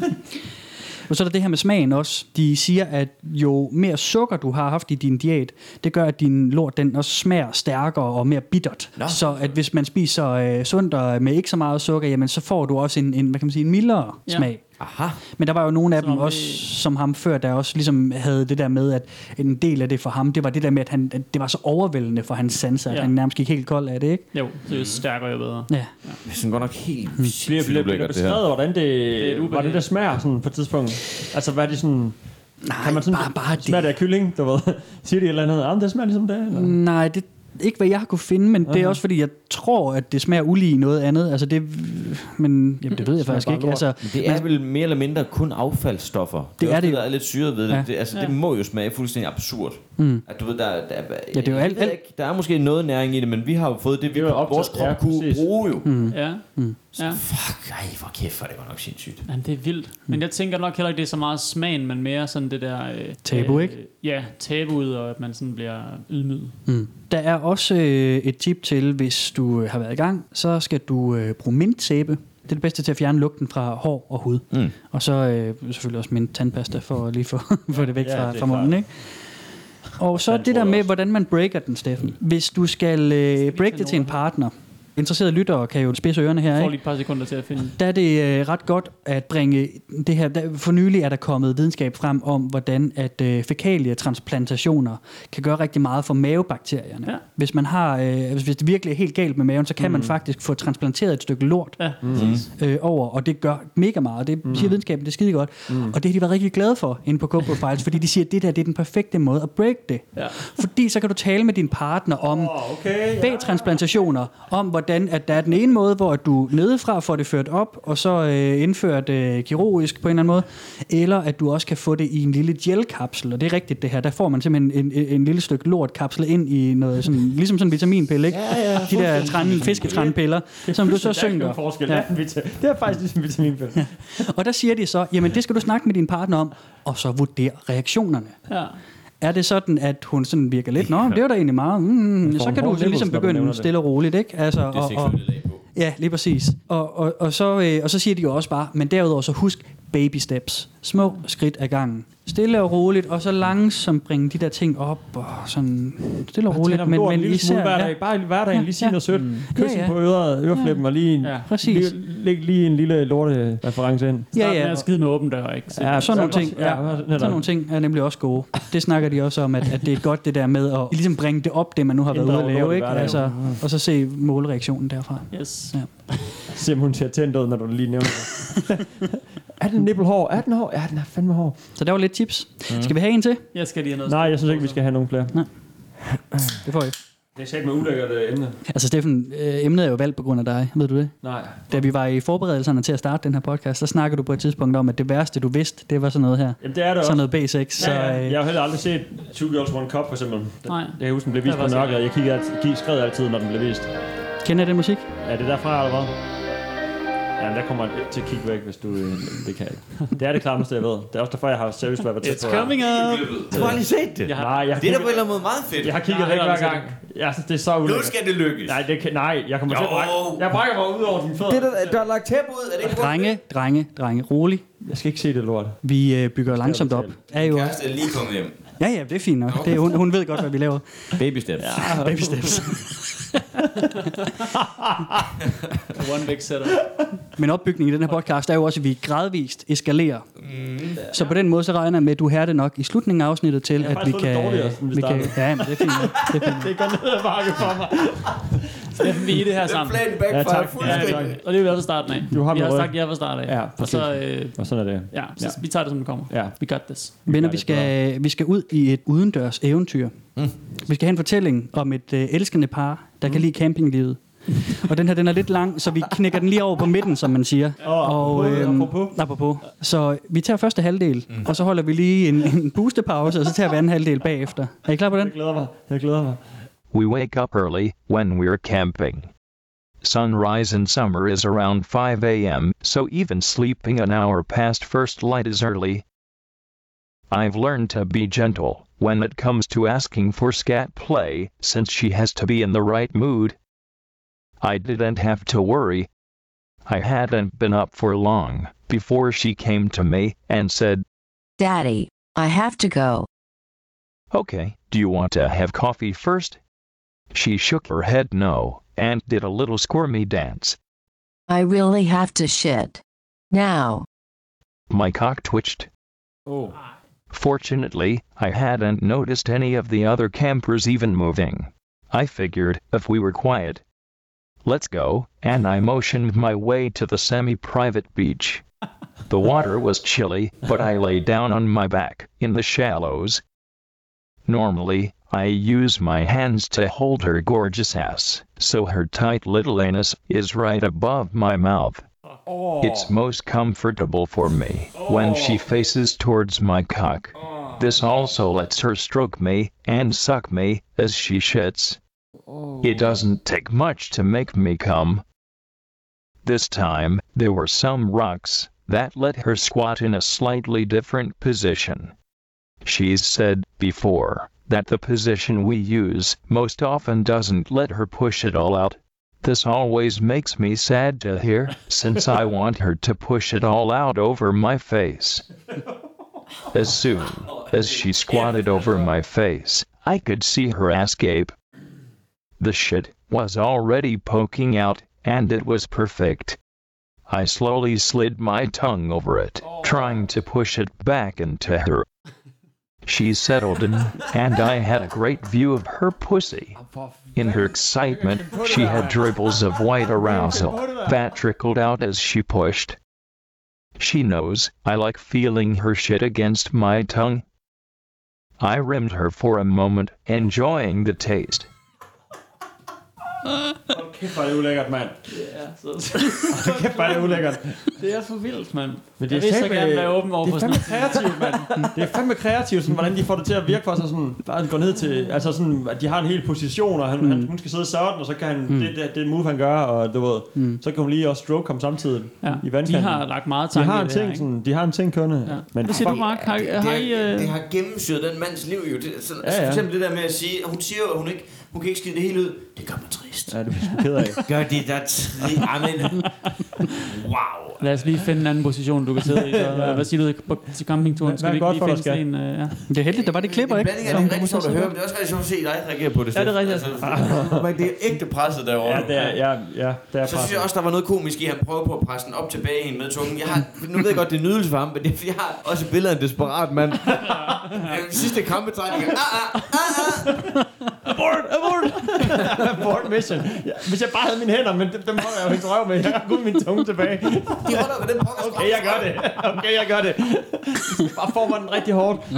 Og så er der det her med smagen også. De siger, at jo mere sukker du har haft i din diæt, det gør, at din lort den også smager stærkere og mere bittert. Nå. Så at hvis man spiser øh, sundt og med ikke så meget sukker, jamen så får du også en, en hvad kan man sige, en mildere ja. smag. Aha. Men der var jo nogle af Som dem om også, det- som ham før, der også ligesom havde det der med, at en del af det for ham, det var det der med, at, han, at det var så overvældende for hans sanser, at Ja. han nærmest gik helt kold af det, ikke? Jo, så jo stærkere jo bedre. Ja. Det er sådan godt nok helt Bliver, sindssygt bliver, bliver ulækkert, det her. beskrevet, hvordan er det, et ubehag. hvordan det smager sådan på et tidspunkt. Altså, hvad er det sådan... Nej, kan man sådan, bare, bare det. smager det af kylling, du ved? Siger de et eller andet? Ah, men det smager ligesom det. Eller? Nej, det ikke hvad jeg har kunne finde, men det er Aha. også fordi, jeg tror, at det smager ulige noget andet. Altså det, men jamen, det ved jeg Smager faktisk bare ikke. lort. Altså, Det er vel mere eller mindre kun affaldsstoffer. Det, Det er, er det det, jo. der er lidt syret ved det. Ja. det altså, Ja. det må jo smage fuldstændig absurd. Mm. At du ved, der, der, der, Ja, det er jo jeg alt- ved ikke, der er måske noget næring i det, men vi har jo fået det, vi Det er jo vores optaget- krop ja, kunne præcis. bruge jo. Mm. Ja. Mm. Ja. Fuck, ej, hvor kæft, hvor er det godt nok sindssygt. Jamen, det er vildt. Men jeg tænker nok heller ikke, det er så meget smagen, men mere sådan det der... Øh, Tabu, øh, ikke? Ja, tabuet, og at man sådan bliver ydmyget. Mm. Der er også øh, et tip til, hvis du øh, har været i gang, så skal du øh, bruge mintsæbe. Det er det bedste til at fjerne lugten fra hår og hud. Mm. Og så øh, selvfølgelig også mint tandpasta for at lige få, få det væk Ja, fra, det er fra munden, klart. ikke? Og så Den det tror der jeg med, også. hvordan man breaker den, Steffen. Hvis du skal øh, break det til en partner, interesserede lyttere kan jo spidse ørerne her, Jeg får ikke? lige et par sekunder til at finde. Der er det øh, ret godt at bringe det her. Der, for nylig er der kommet videnskab frem om, hvordan at øh, fækalietransplantationer kan gøre rigtig meget for mavebakterierne. Ja. Hvis man har, øh, hvis det virkelig er helt galt med maven, så kan mm. man faktisk få transplanteret et stykke lort Ja, Mm. øh, over, og det gør mega meget. Det siger videnskaben, det er skide godt. Mm. Og det har de været rigtig glade for inde på CoProfiles, fordi de siger, at det der det er den perfekte måde at break det. ja. Fordi så kan du tale med din partner om Åh, okay. Ja. bagtransplantationer, om hvordan at der er den ene måde, hvor du nedefra får det ført op, og så øh, indført øh, kirurgisk på en eller anden måde, eller at du også kan få det i en lille gelkapsel, og det er rigtigt det her, der får man simpelthen en, en, en lille stykke lort kapslet ind i noget sådan, ligesom sådan en vitaminpille, ikke? Ja, ja, De der træn, fisketrænpiller, som du så Der er ikke synger. nogen forskel. Ja. Ja. Det er faktisk ligesom vitaminpille. Ja. Og der siger de så, jamen det skal du snakke med din partner om, og så vurdere reaktionerne. Ja. Er det sådan, at hun sådan virker lidt, nå, det var da egentlig meget, mm, får så en kan du hård så ligesom nipples, når du nævner begynde det. stille og roligt, ikke? Altså, Det er og, og, seksuelle lag på. ja, lige præcis. Og, og, og, så, øh, og så siger de jo også bare, men derudover så husk baby steps. Små skridt ad gangen. Stille og roligt, og så langsomt bringe de der ting op, og sådan stille og roligt. Men, men især, især, hver dag, ja, bare hver dag Ja, lige sige ja. noget sødt. Mm. Kys Ja, ja. på øret, øreflippen, og lige, en, Ja. præcis. lige, læg lige en lille lorte reference ind. Start Ja, med ja. at skide med åben dør, ikke? Så, Ja, Sådan nogle ting, Ja, ja, netop. sådan nogle ting er nemlig også gode. Det snakker de også om, at, at det er godt det der med at ligesom bringe det op, det man nu har været ude at Inddrage lave, lortet ikke? hver dag. Altså, og så se målreaktionen derfra. yes. Ja. Se, om hun ser tændt ud, når du lige nævner det. Er den nippelhår? Er den hår? Ja, den er fandme hår. Så der var lidt tips. Skal vi have en til? Jeg skal lige have noget. Nej, jeg synes ikke, vi skal have nogen flere. Det får vi. Det er sagt med ulækkert øh, emne. Altså Steffen, øh, emnet er jo valgt på grund af dig, ved du det? Nej. Da vi var i forberedelserne til at starte den her podcast, så snakkede du på et tidspunkt om, at det værste, du vidste, det var sådan noget her. Jamen, det er det også. Sådan noget B seks. Så, Ja, ja. øh, Jeg har heller aldrig set Two Girls One Cup, for eksempel. Nej. Jeg kan huske, den blev vist Det var på så- nørklet, og jeg kiggede altid, skred altid, når den blev vist. kender I den musik? Er det derfra, eller hvad? Ja, der kommer jeg til at kigge væk, hvis du... øh, Det kan jeg ikke. Det er det klammeste, jeg ved. Det er også derfor, jeg har seriøst været tæt på. It's coming up! Du har lige set det. Jeg har, Nej, jeg har Det er da kigget, på en eller anden måde meget fedt. jeg har kigget Jeg har væk hver aldrig gang. Jeg synes, det er så ulækkert. Nu skal det lykkes. Nej, det kan, nej, jeg kommer til at Jo. brække. Jeg brækker mig ud over dine fødder. Det der, der er lagt tæppe ud. Er det ikke Drenge, drenge, drenge, rolig. Jeg skal ikke se det lort. Vi øh, bygger langsomt op. Er jo, Kæreste er lige kommet hjem. ja, ja, det er fint nok. Det er, hun, hun ved godt, hvad vi laver. Baby steps. Ja. Baby steps. one big setup. Men opbygningen i den her podcast er jo også, at vi gradvist eskalerer. Mm. Så på den måde, så regner jeg med, at du hærder nok i slutningen af afsnittet til, Jeg har at vi faktisk fået det kan... dårligere, siden vi vi kan startede. ja, men det er fint. nok. Det er fint. Det går ned ad bakke for mig. Steffen, vi er i det her Den sammen. plan Ja, backfire tak. Ja, fuldstændig. og det er vi også fra starten af. Du har vi min har rød. sagt ja fra start af. Ja, og præcis. så, øh, Og sådan er det. ja, så Ja. vi tager det, som det kommer. Ja. We got this. Venner, Ja, vi det er skal, vi skal ud i et udendørs eventyr. Mm. Vi skal have en fortælling om et øh, elskende par, der mm. kan lide campinglivet. Og den her, den er lidt lang, så vi knækker den lige over på midten, som man siger. Åh, og, apropos, apropos. apropos. Så vi tager første halvdel, mm. og så holder vi lige en, en boostepause, og så tager vi anden halvdel bagefter. Er I klar på den? Jeg glæder mig. Jeg glæder mig. We wake up early when we're camping. Sunrise in summer is around five a.m., so even sleeping an hour past first light is early. I've learned to be gentle when it comes to asking for scat play, since she has to be in the right mood. I didn't have to worry. I hadn't been up for long before she came to me and said, Daddy, I have to go. "Okay, do you want to have coffee first?" She shook her head no, and did a little squirmy dance. I really have to shit. Now. My cock twitched. Oh. Fortunately, I hadn't noticed any of the other campers even moving. I figured, if we were quiet, let's go, and I motioned my way to the semi-private beach. The water was chilly, but I lay down on my back, in the shallows. Normally, I use my hands to hold her gorgeous ass, so her tight little anus is right above my mouth. Oh. It's most comfortable for me oh. when she faces towards my cock. Oh. This also lets her stroke me and suck me as she shits. Oh. It doesn't take much to make me come. This time, there were some rocks that let her squat in a slightly different position. She's said before that the position we use most often doesn't let her push it all out. This always makes me sad to hear, since I want her to push it all out over my face. As soon as she squatted over my face, I could see her ass gape. The shit was already poking out, and it was perfect. I slowly slid my tongue over it, trying to push it back into her. She settled in, and I had a great view of her pussy. In her excitement, she had dribbles of white arousal that trickled out as she pushed. She knows I like feeling her shit against my tongue. I rimmed her for a moment, enjoying the taste. Kæft, hvor er det ulækkert, mand. Ja, så... Kæft, hvor er det ulækkert. Det er for vildt, mand. Men det jeg vil så gerne være åben over det for sådan sådan noget. Det er fandme kreativt, mand. Det er fandme kreativt, sådan, hvordan de får det til at virke for sig. Sådan, bare gå ned til, altså sådan, at de har en hel position, og han, mm. han, hun skal sidde sådan, og så kan han, mm. det, det, det move, han gør, og du ved, mm. så kan hun lige også stroke ham samtidig ja. i vandkanten. De har lagt meget tanke de har en i det ting, her, sådan, de har en ting kørende. Ja. Men hvad siger du, Mark? Har, det, har det, I, har, uh... det har gennemsyret den mands liv jo. Det, sådan, ja, ja. For eksempel det der med at sige, hun siger jo, at hun ikke, hun kan ikke skide det hele ud. Det gør mig trist. Ja, det bliver sgu ked af. Gør det der trist. Amen. Wow. Lad os lige finde en anden position, du kan sidde i. Så, ja. Hvad siger du på, til campingturen? Skal vi ikke lige finde sådan en... Uh, ja. Det er heldigt, der var det klipper, ikke? Det er rigtig sjovt at høre, men det er også rigtig sjovt at se dig reagere på det. Ja, det er rigtigt. Altså, men det er ægte presset derovre. Ja, det er, ja, ja, det er så synes jeg også, der var noget komisk i, at han prøver på at presse den op tilbage hende med tungen. Jeg har, nu ved jeg godt, det er nydelse for ham, men det, jeg har også et billede af en desperat mand. Sidste krampetrækning. Ah, ah, ah, ah. Abort, abort. Abort mission. Ja, hvis jeg bare havde mine hænder, men dem, dem holder jeg jo ikke røv med. Jeg har kun min tunge tilbage. De holder med den pokker. Okay, jeg gør det. Okay, jeg gør det. Bare får man den rigtig hårdt.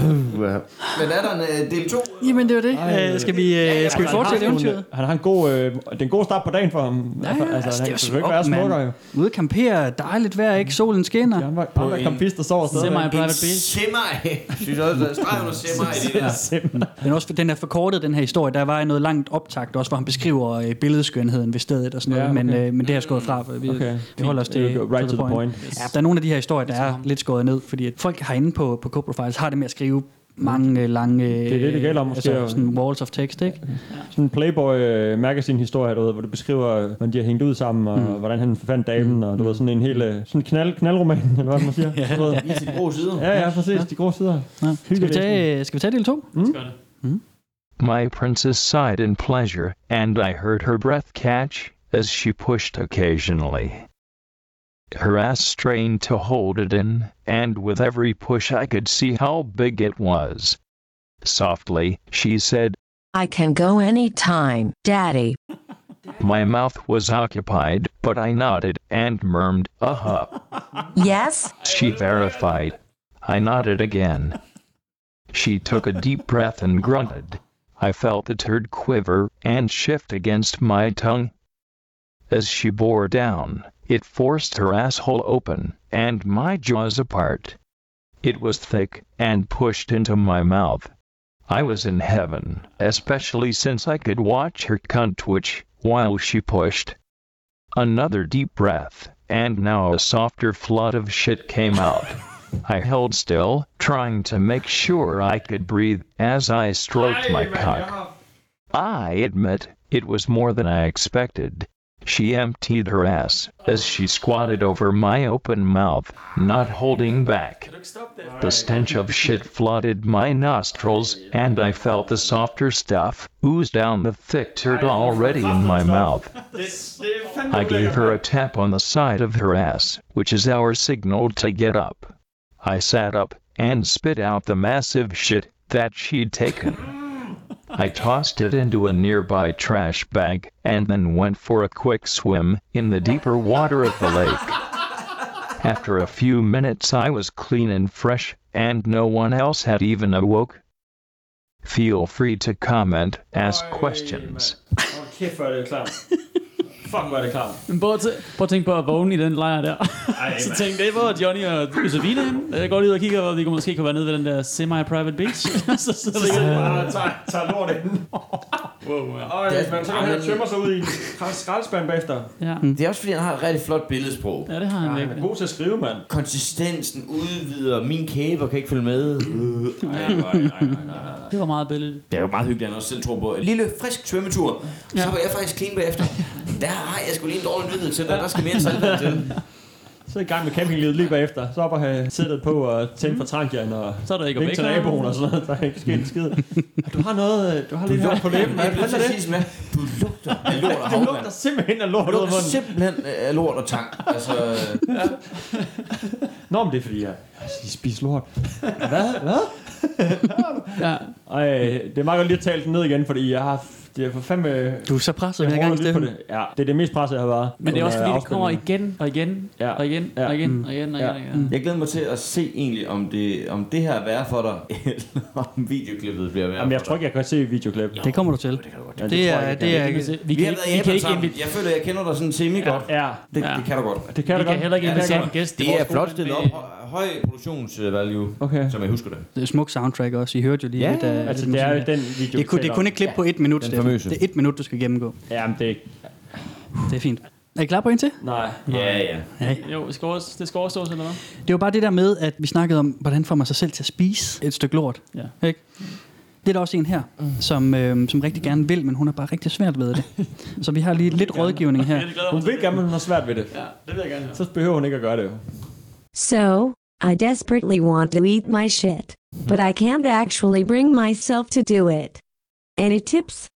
Men er der en uh, del to? Jamen, det var det. Ej, uh, skal vi, uh, ja, ja, skal vi fortsætte eventyret? Han har en god, øh, det er en god start på dagen for ham. Ja, altså, altså, han det kan jo ikke være smukkere jo. Ude at campere, dejligt vejr, ikke? Solen skinner. Ja, han var, han var campist, der sover stadig. Semi-private beach. Semi. Jeg synes også, der er streg under semi i det der. Den er, også, den er forkortet, den her historie. Der var noget langt optakt også, hvor han beskriver øh, billedskønheden ved stedet og sådan noget. Ja, okay. men, øh, men det har skåret fra. Vi, okay. vi holder os til, right to the point. point. Ja, der er nogle af de her historier, der er lidt skåret ned, fordi at folk herinde på, på Co-Profiles har det med at skrive mange lange det er det, det gælder om altså, sådan walls of text, ikke? Ja. Sådan en Playboy uh, magazine historie, du ved, hvor det beskriver, hvordan de har hængt ud sammen, og mm. hvordan han fandt damen, mm. og du ved, sådan en hel sådan knald, knaldroman, eller hvad man siger. Ja, du ved. ja. De grå sider. Ja, ja, præcis, ja. De grå sider. Ja. Skal, vi tage, skal vi tage del to? Mm. Mm. My princess sighed in pleasure, and I heard her breath catch as she pushed occasionally. Her ass strained to hold it in, and with every push I could see how big it was. Softly, she said, I can go any time, Daddy. My mouth was occupied, but I nodded and murmured, uh-huh. Yes? She verified. I nodded again. She took a deep breath and grunted. I felt the turd quiver and shift against my tongue. As she bore down, it forced her asshole open, and my jaws apart. It was thick, and pushed into my mouth. I was in heaven, especially since I could watch her cunt twitch while she pushed. Another deep breath, and now a softer flood of shit came out. I held still, trying to make sure I could breathe as I stroked my cock. I admit, it was more than I expected. She emptied her ass as she squatted over my open mouth, not holding back. The stench of shit flooded my nostrils, and I felt the softer stuff ooze down the thick turd already in my mouth. I gave her a tap on the side of her ass, which is our signal to get up. I sat up and spit out the massive shit that she'd taken. I tossed it into a nearby trash bag, and then went for a quick swim in the deeper water of the lake. After a few minutes I was clean and fresh, and no one else had even awoke. Feel free to comment, ask questions. Åh, kæft, hvor er det klart. Fuck, hvor er det klart. Men prøv at, t- prøv at tænke på at vågne i den lejr der. Ej, så tænk, det er hvor Johnny og Josefine henne. Jeg går lige ud og kigger, og vi kunne måske kunne være nede ved den der semi-private beach. så sidder vi bare tager, tager lort ind. Wow, ja. Øj, man så kan han tømmer sig ud i en skraldespand bagefter. Ja. Mm. Det er også fordi, han har et rigtig flot billedsprog. Ja, det har han ja, virkelig. Han er god til at skrive, mand. Konsistensen udvider, min kæber kan ikke følge med. Det var meget billedet. Det er jo meget hyggeligt, at han også selv tror på. En lille, frisk svømmetur. Ja. Så var jeg faktisk clean bagefter. Der har jeg sgu lige en dårlig nyhed til, der skal mere saltvand til. Så i gang med campinglivet lige bagefter. Så op og have sættet på og tændt for trankjern og så er der ikke link til naboen og sådan noget. Der er ikke sket en skid. Du har noget, du har lidt lort på læben. Jeg vil sige sådan, du lugter af lort og havvand. Du lugter simpelthen af lort. Du lugter simpelthen af lort og tang. Altså... Ja. Nå, men det er fordi, jeg har lige spist lort. Hvad? Hvad? Ja. Ej, det er meget godt lige at tale den ned igen, fordi jeg har... Det er for fandme... Du er så presset hver gang, Steffen. Det. Ja, det er det mest presset, jeg har været. Men det er også fordi, det kommer igen og igen ja. og igen og igen mm. og igen og igen. Ja. Mm. Jeg glæder mig til at se egentlig, om det, om det her er værre for dig, eller om videoklippet bliver værre. Jamen, jeg tror ikke, jeg kan se videoklip. Det kommer du til. Det kan du godt. Ja, det, det er... Det er vi, vi, vi har været hjemme sammen. Jeg føler, jeg kender dig sådan semi-godt. Ja. Det, det kan du godt. Det kan du godt. Vi kan heller ikke invitere en gæst. Det er flot stillet op. Høj produktionsvalue, okay. Som jeg husker det. Det er smuk soundtrack også. I hørte jo lige ja, lidt af... altså det er jo den video, det, det er kun et klip på et minut, Steffen. Det er et minut, du skal gennemgå. Jamen, det er Det er fint. Er I klar på en til? Nej. Ja, ja. ja. Jo, det skal også, det skal overstås, eller hvad? Det var bare det der med, at vi snakkede om, hvordan får man sig selv til at spise et stykke lort. Ja. Ikke? Det er der også en her, mm. som, øh, som rigtig gerne vil, men hun har bare rigtig svært ved det. Så vi har lige lidt rådgivning her. Hun vil gerne, men hun har svært ved det. Ja, det vil jeg gerne. Så behøver hun ikke at gøre det. So, I desperately want to eat my shit, but I can't actually bring myself to do it. Any tips?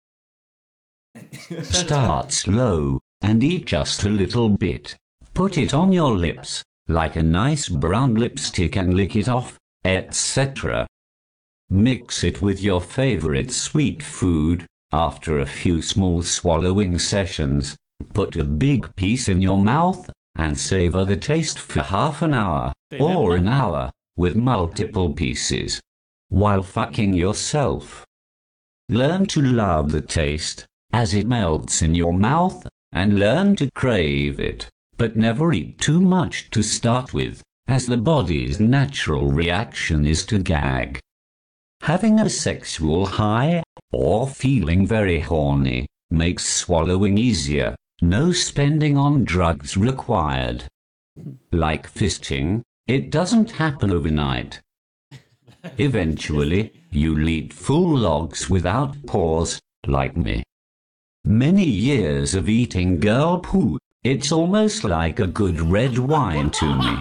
Start slow, and eat just a little bit. Put it on your lips, like a nice brown lipstick, and lick it off, et cetera. Mix it with your favorite sweet food. After a few small swallowing sessions, put a big piece in your mouth and savor the taste for half an hour or an hour with multiple pieces while fucking yourself. Learn to love the taste as it melts in your mouth and learn to crave it, but never eat too much to start with, as the body's natural reaction is to gag. Having a sexual high or feeling very horny makes swallowing easier. No spending on drugs required. Like fisting, it doesn't happen overnight. Eventually, you'll eat full logs without pause, like me. Many years of eating girl poo, it's almost like a good red wine to me.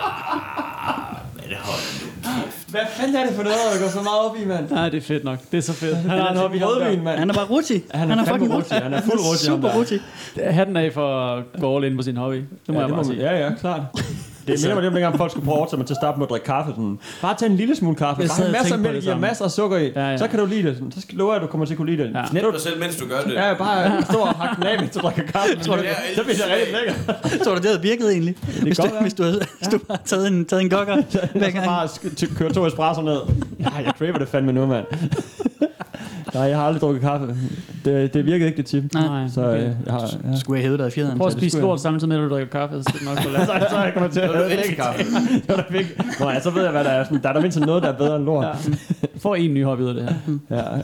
Hvad fanden er det for noget, der går så meget op i, mand? Nej, det er fedt nok. Det er så fedt. Han er oppe i rødvin, mand. Han er bare ruti. Han er, han er fucking ruti. Han er fuld ruti. Super ruti. Hatten af for at gå all in på sin hobby. Det må ja, jeg det bare må, sige. Ja, ja, klart. Det minder mig det, om dengang folk skulle prøve at overtage mig til at starte med at drikke kaffe. Sådan. Bare tag en lille smule kaffe. Jeg bare masser af mælk i og masser af sukker i. Ja, ja. Så kan du lide det. Så lover jeg, at du kommer til at kunne lide det. Ja. Knæp dig selv, mens du gør det. Ja, bare stå og hakke den af, mens du drikker kaffe. Så bliver det rigtig lækkert. Tror du, det havde virket egentlig? Det hvis, godt, du, hvis, du havde, hvis du bare taget en, taget en gokker. Jeg så bare sk- køre to espresso ned. Ja, jeg craver det fandme nu, mand. Nej, jeg har aldrig drukket kaffe. Det, det virkede ikke, det tip. Nej, så okay. jeg har, ja. Skulle jeg hæve dig i fjederen? Prøv at spise lort samtidig med, at du drikker kaffe, så skal det nok få lavet. så, så jeg kommer til at hæve det kaffe. Det var da fik. Nå ja, så ved jeg, hvad der er. Sådan, der er der mindst noget, der er bedre end lort. Ja. Få en ny hobby ud af det her. Ja.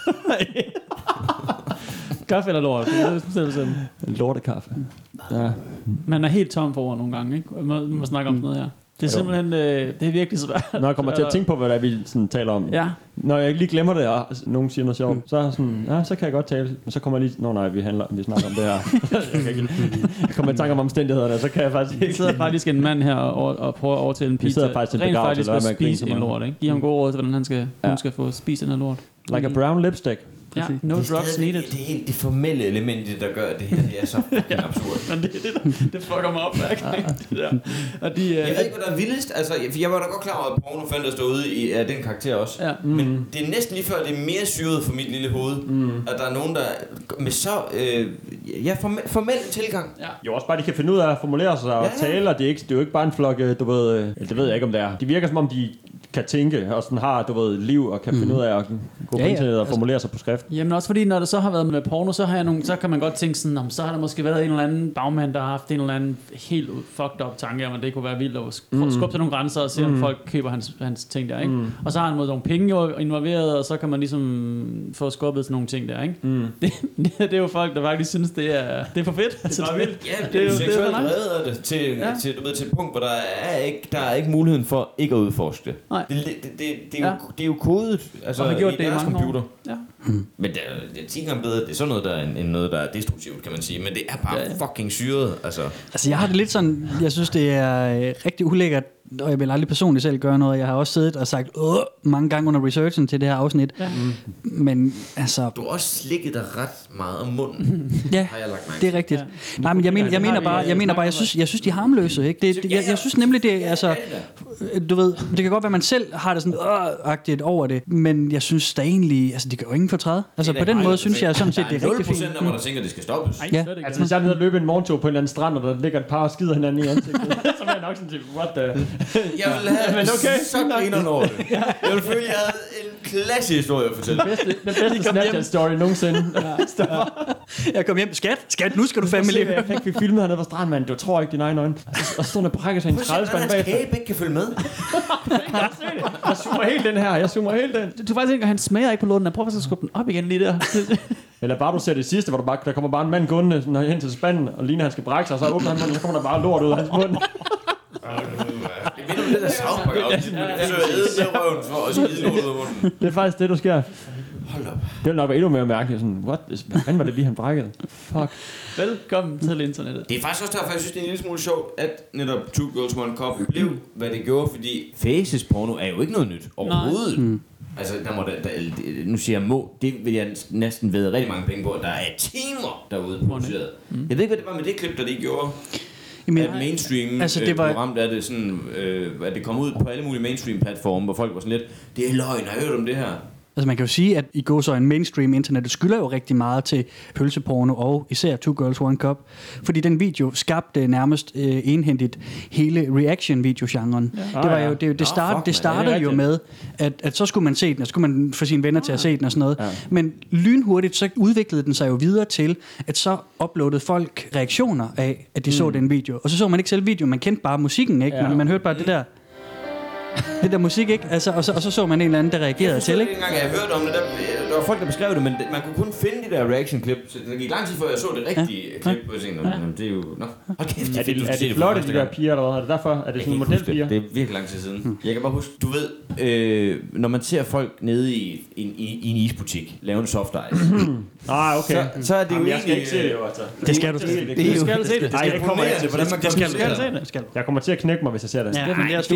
Kaffe eller lort? Det er lortekaffe. Ja. Man er helt tom for ord nogle gange, ikke? Man må, man må snakke om sådan noget her. Det er simpelthen, øh, det er virkelig svært. Når jeg kommer til at tænke på, hvad der er, vi sådan taler om. Ja. Når jeg lige glemmer det, og nogen siger noget sjovt, så er jeg sådan, ja, så kan jeg godt tale. Men så kommer jeg lige, nå nej, vi, handler, vi snakker om det her. jeg, kan ikke, jeg kommer i tanke om omstændighederne, så kan jeg faktisk ikke. Der sidder faktisk en mand her og, og prøver at overtale en pizza. Rent faktisk at spise en lort, ikke? Giv ham gode råd til, hvordan han skal, ja. hun skal få spist den her lort. Like a brown lipstick. Ja, no det drugs needed. Det er helt det formelle element, det, der gør det her. Det er så fucking absurd. Men det, det, det fucker mig op hver gang. Det der. Og de, uh, jeg ved ikke, hvad der er vildest. Altså, jeg, jeg var da godt klar over, at porno fandt der stod ude i uh, den karakter også. Ja. Mm. Men det er næsten lige før, det er mere syret for mit lille hoved. Mm. At der er nogen, der med så øh, ja, formel, formel tilgang. Ja. Jo, også bare, de kan finde ud af at formulere sig og ja, ja. tale. Og det er, ikke, det er jo ikke bare en flok, du ved, øh, det ved jeg ikke, om det er. De virker som om, de kan tænke og sådan har, du ved, liv og kan mm. finde ud af at gå på ja, internet og formulere sig på skrift. Jamen også fordi, når det så har været med porno, så har jeg nogle, så kan man godt tænke sådan, om så har der måske været en eller anden bagmand, der har haft en eller anden helt fucked up tanke om, at det kunne være vildt at mm. skubbe til nogle grænser og se, om mm. folk køber hans, hans ting der, ikke? Mm. Og så har han mod nogle penge involveret, og så kan man ligesom få skubbet til nogle ting der, ikke? Mm. Det, det er jo folk, der faktisk synes, det er, det er for fedt. Altså, det er vildt. Ja, det er jo seksuelt redder det til, ja. til, du ved, til et punkt, hvor der er ikke, der er ikke muligheden for ikke at udforske det. Nej. Det, det, det, det, er jo, ja. det er jo kodet, altså har gjort i det deres computer. Ja. Hmm. Men det er, det er ti gange bedre. Det er sådan noget, der er end noget, der er destruktivt, kan man sige. Men det er bare ja, ja. fucking syret. Altså. altså jeg har det lidt sådan, jeg synes det er rigtig ulækkert, og jeg vil aldrig personligt selv gøre noget. Jeg har også siddet og sagt Åh! mange gange under researchen til det her afsnit. Ja. Mm. Men altså... Du har også slikket dig ret meget om munden. Ja, har jeg lagt mig det er rigtigt. Ja. Nej, men jeg mener, jeg mener bare, jeg mener bare, jeg synes, jeg synes de er harmløse, ikke? Det, det, jeg, jeg synes nemlig det, altså, du ved, det kan godt være, man selv har det sådan øh-agtigt over det, men jeg synes da egentlig, altså, de gør jo ingen fortræd. Altså, på den måde synes jeg sådan set, det er rigtig fint. Der er nul procent af mig, der tænker, at det skal stoppes. Ja. Altså, hvis jeg er nede og løbe en morgentur på en eller anden strand, og der ligger et par og skider hinanden i ansigtet, så er jeg nok sådan til, what the... Jeg vil have men okay, så grineren over det. Jeg vil føle, jeg havde en klasse historie at fortælle. Den bedste, den bedste Snapchat-story nogensinde. Ja. Jeg kom hjem. Skat, skat, nu skal du fandme lige. Jeg fik vi filmet hernede på stranden, mand. Du tror ikke dine egne øjne. Og så stod han og brækker sig en skraldespand bagefter. Hans kæbe ikke kan følge med. Jeg zoomer helt den her. Jeg zoomer helt den. Du faktisk ikke, at han smager ikke på låden. Jeg prøver faktisk at skubbe den op igen lige der. Eller bare du ser det sidste, hvor du bare, der kommer bare en mand gående sådan hen til spanden, og ligner han skal brække sig, og så åbner han munden, og så kommer der bare lort ud af hans mund. Det er det der savpakke. Jeg så æde med røven for at skide lort ud af munden. Det er faktisk det, der sker. Hold op. Det vil nok være endnu mere mærkeligt. Sådan, what? Hvordan var det lige, han brækkede? Fuck. Velkommen til internettet. Det er faktisk også derfor, jeg synes, det er en lille smule sjovt, at netop Two Girls One Cup blev, hvad det gjorde, fordi faces porno er jo ikke noget nyt overhovedet. Mm. Altså, der må der, der, nu siger jeg må, det vil jeg næsten ved rigtig mange penge på, at der er timer derude produceret. Mm. Jeg ved ikke, hvad det var med det klip, der de gjorde. Jamen, at mainstream altså, det var... program, der er det sådan, øh, at det kom ud på alle mulige mainstream platforme, hvor folk var sådan lidt, det er løgn, har jeg hørt om det her? Altså man kan jo sige, at i går så en mainstream internet skylder jo rigtig meget til pølseporno og især Two Girls One Cup, fordi den video skabte nærmest øh, enhændigt hele reaction-videogenren. Ja. Det var jo det, det, start, oh, det startede jo med, at, at så skulle man se den, og så skulle man få sine venner til at se den og sådan noget. Ja. Men lynhurtigt så udviklede den sig jo videre til, at så uploadede folk reaktioner af, at de mm. så den video. Og så så man ikke selv videoen, man kendte bare musikken, ikke? Ja. Man, man hørte bare det der. Det der musik, ikke? Altså, og, så, og så så man en eller anden, der reagerede til, ikke? Jeg engang, jeg hørte om det, der, der var folk, der beskrev det, men man kunne kun finde de der reaction-klip. Så det gik lang tid før, jeg så det rigtige ja. klip. Ja. Og jeg tænkte, det er jo... Nå, okay, er det, er det flotte, de der piger, eller hvad? Er det derfor? Er det sådan en modelpiger? Det er virkelig lang tid siden. Hmm. Jeg kan bare huske, du ved, øh, når man ser folk nede i, i, i, i en isbutik lave en soft ice. Ah, okay. Så, så er det jo Jamen, egentlig... Jeg skal ikke se det, jo, altså. Det skal du se. Det skal du se det. Nej, jeg kommer ikke til det. Det skal du se. Jeg kommer til at knække mig, hvis jeg ser det.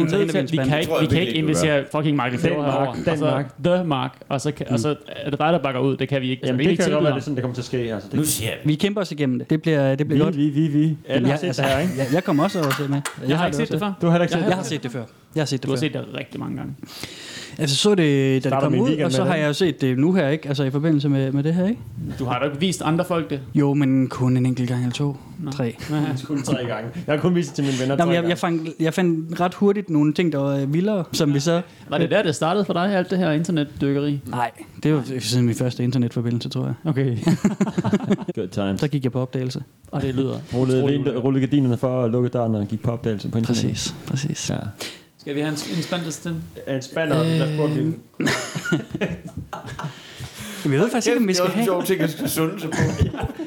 Vi kan ikke invitere fucking Mark Lefebvre herover. Danmark. The Mark. Og så, og så er det dig, der bakker ud. Det kan vi ikke. Jamen, det kan godt være, det sådan, det kommer til at ske. Altså, nu siger vi. Vi kæmper os igennem det. Det bliver, det bliver vi, godt. Vi, vi, vi. Alle har set det her, ikke? Jeg, jeg kommer også over at se med. Jeg, jeg har ikke set det før. Du har heller ikke set det? Jeg har set det før. Jeg har set det du har set det rigtig mange gange. Altså så det, da det kom ud, og så har jeg jo set det nu her, ikke? Altså i forbindelse med, med det her, ikke? Du har da ikke vist andre folk det? Jo, men kun en enkelt gang eller to. Nå. Tre. Kun tre gange. Jeg har kun vist det til mine venner. Nå, jeg, jeg, fandt, jeg fandt ret hurtigt nogle ting, der var vildere, som vi så... Var det der, det startede for dig, alt det her internetdykkeri? Nej, det var siden min første internetforbindelse, tror jeg. Okay. Good times. Så gik jeg på opdagelse. Og det lyder... Rullede, rullede gardinerne for at lukke døren og gik på opdagelse på internet. Præcis, præcis. Ja. Skal vi have en, en spandest til? En spander, øh... der spurgte vi. Jeg ved faktisk ikke, om vi skal have... Det er også en sjov ting, jeg skal sunde sig på.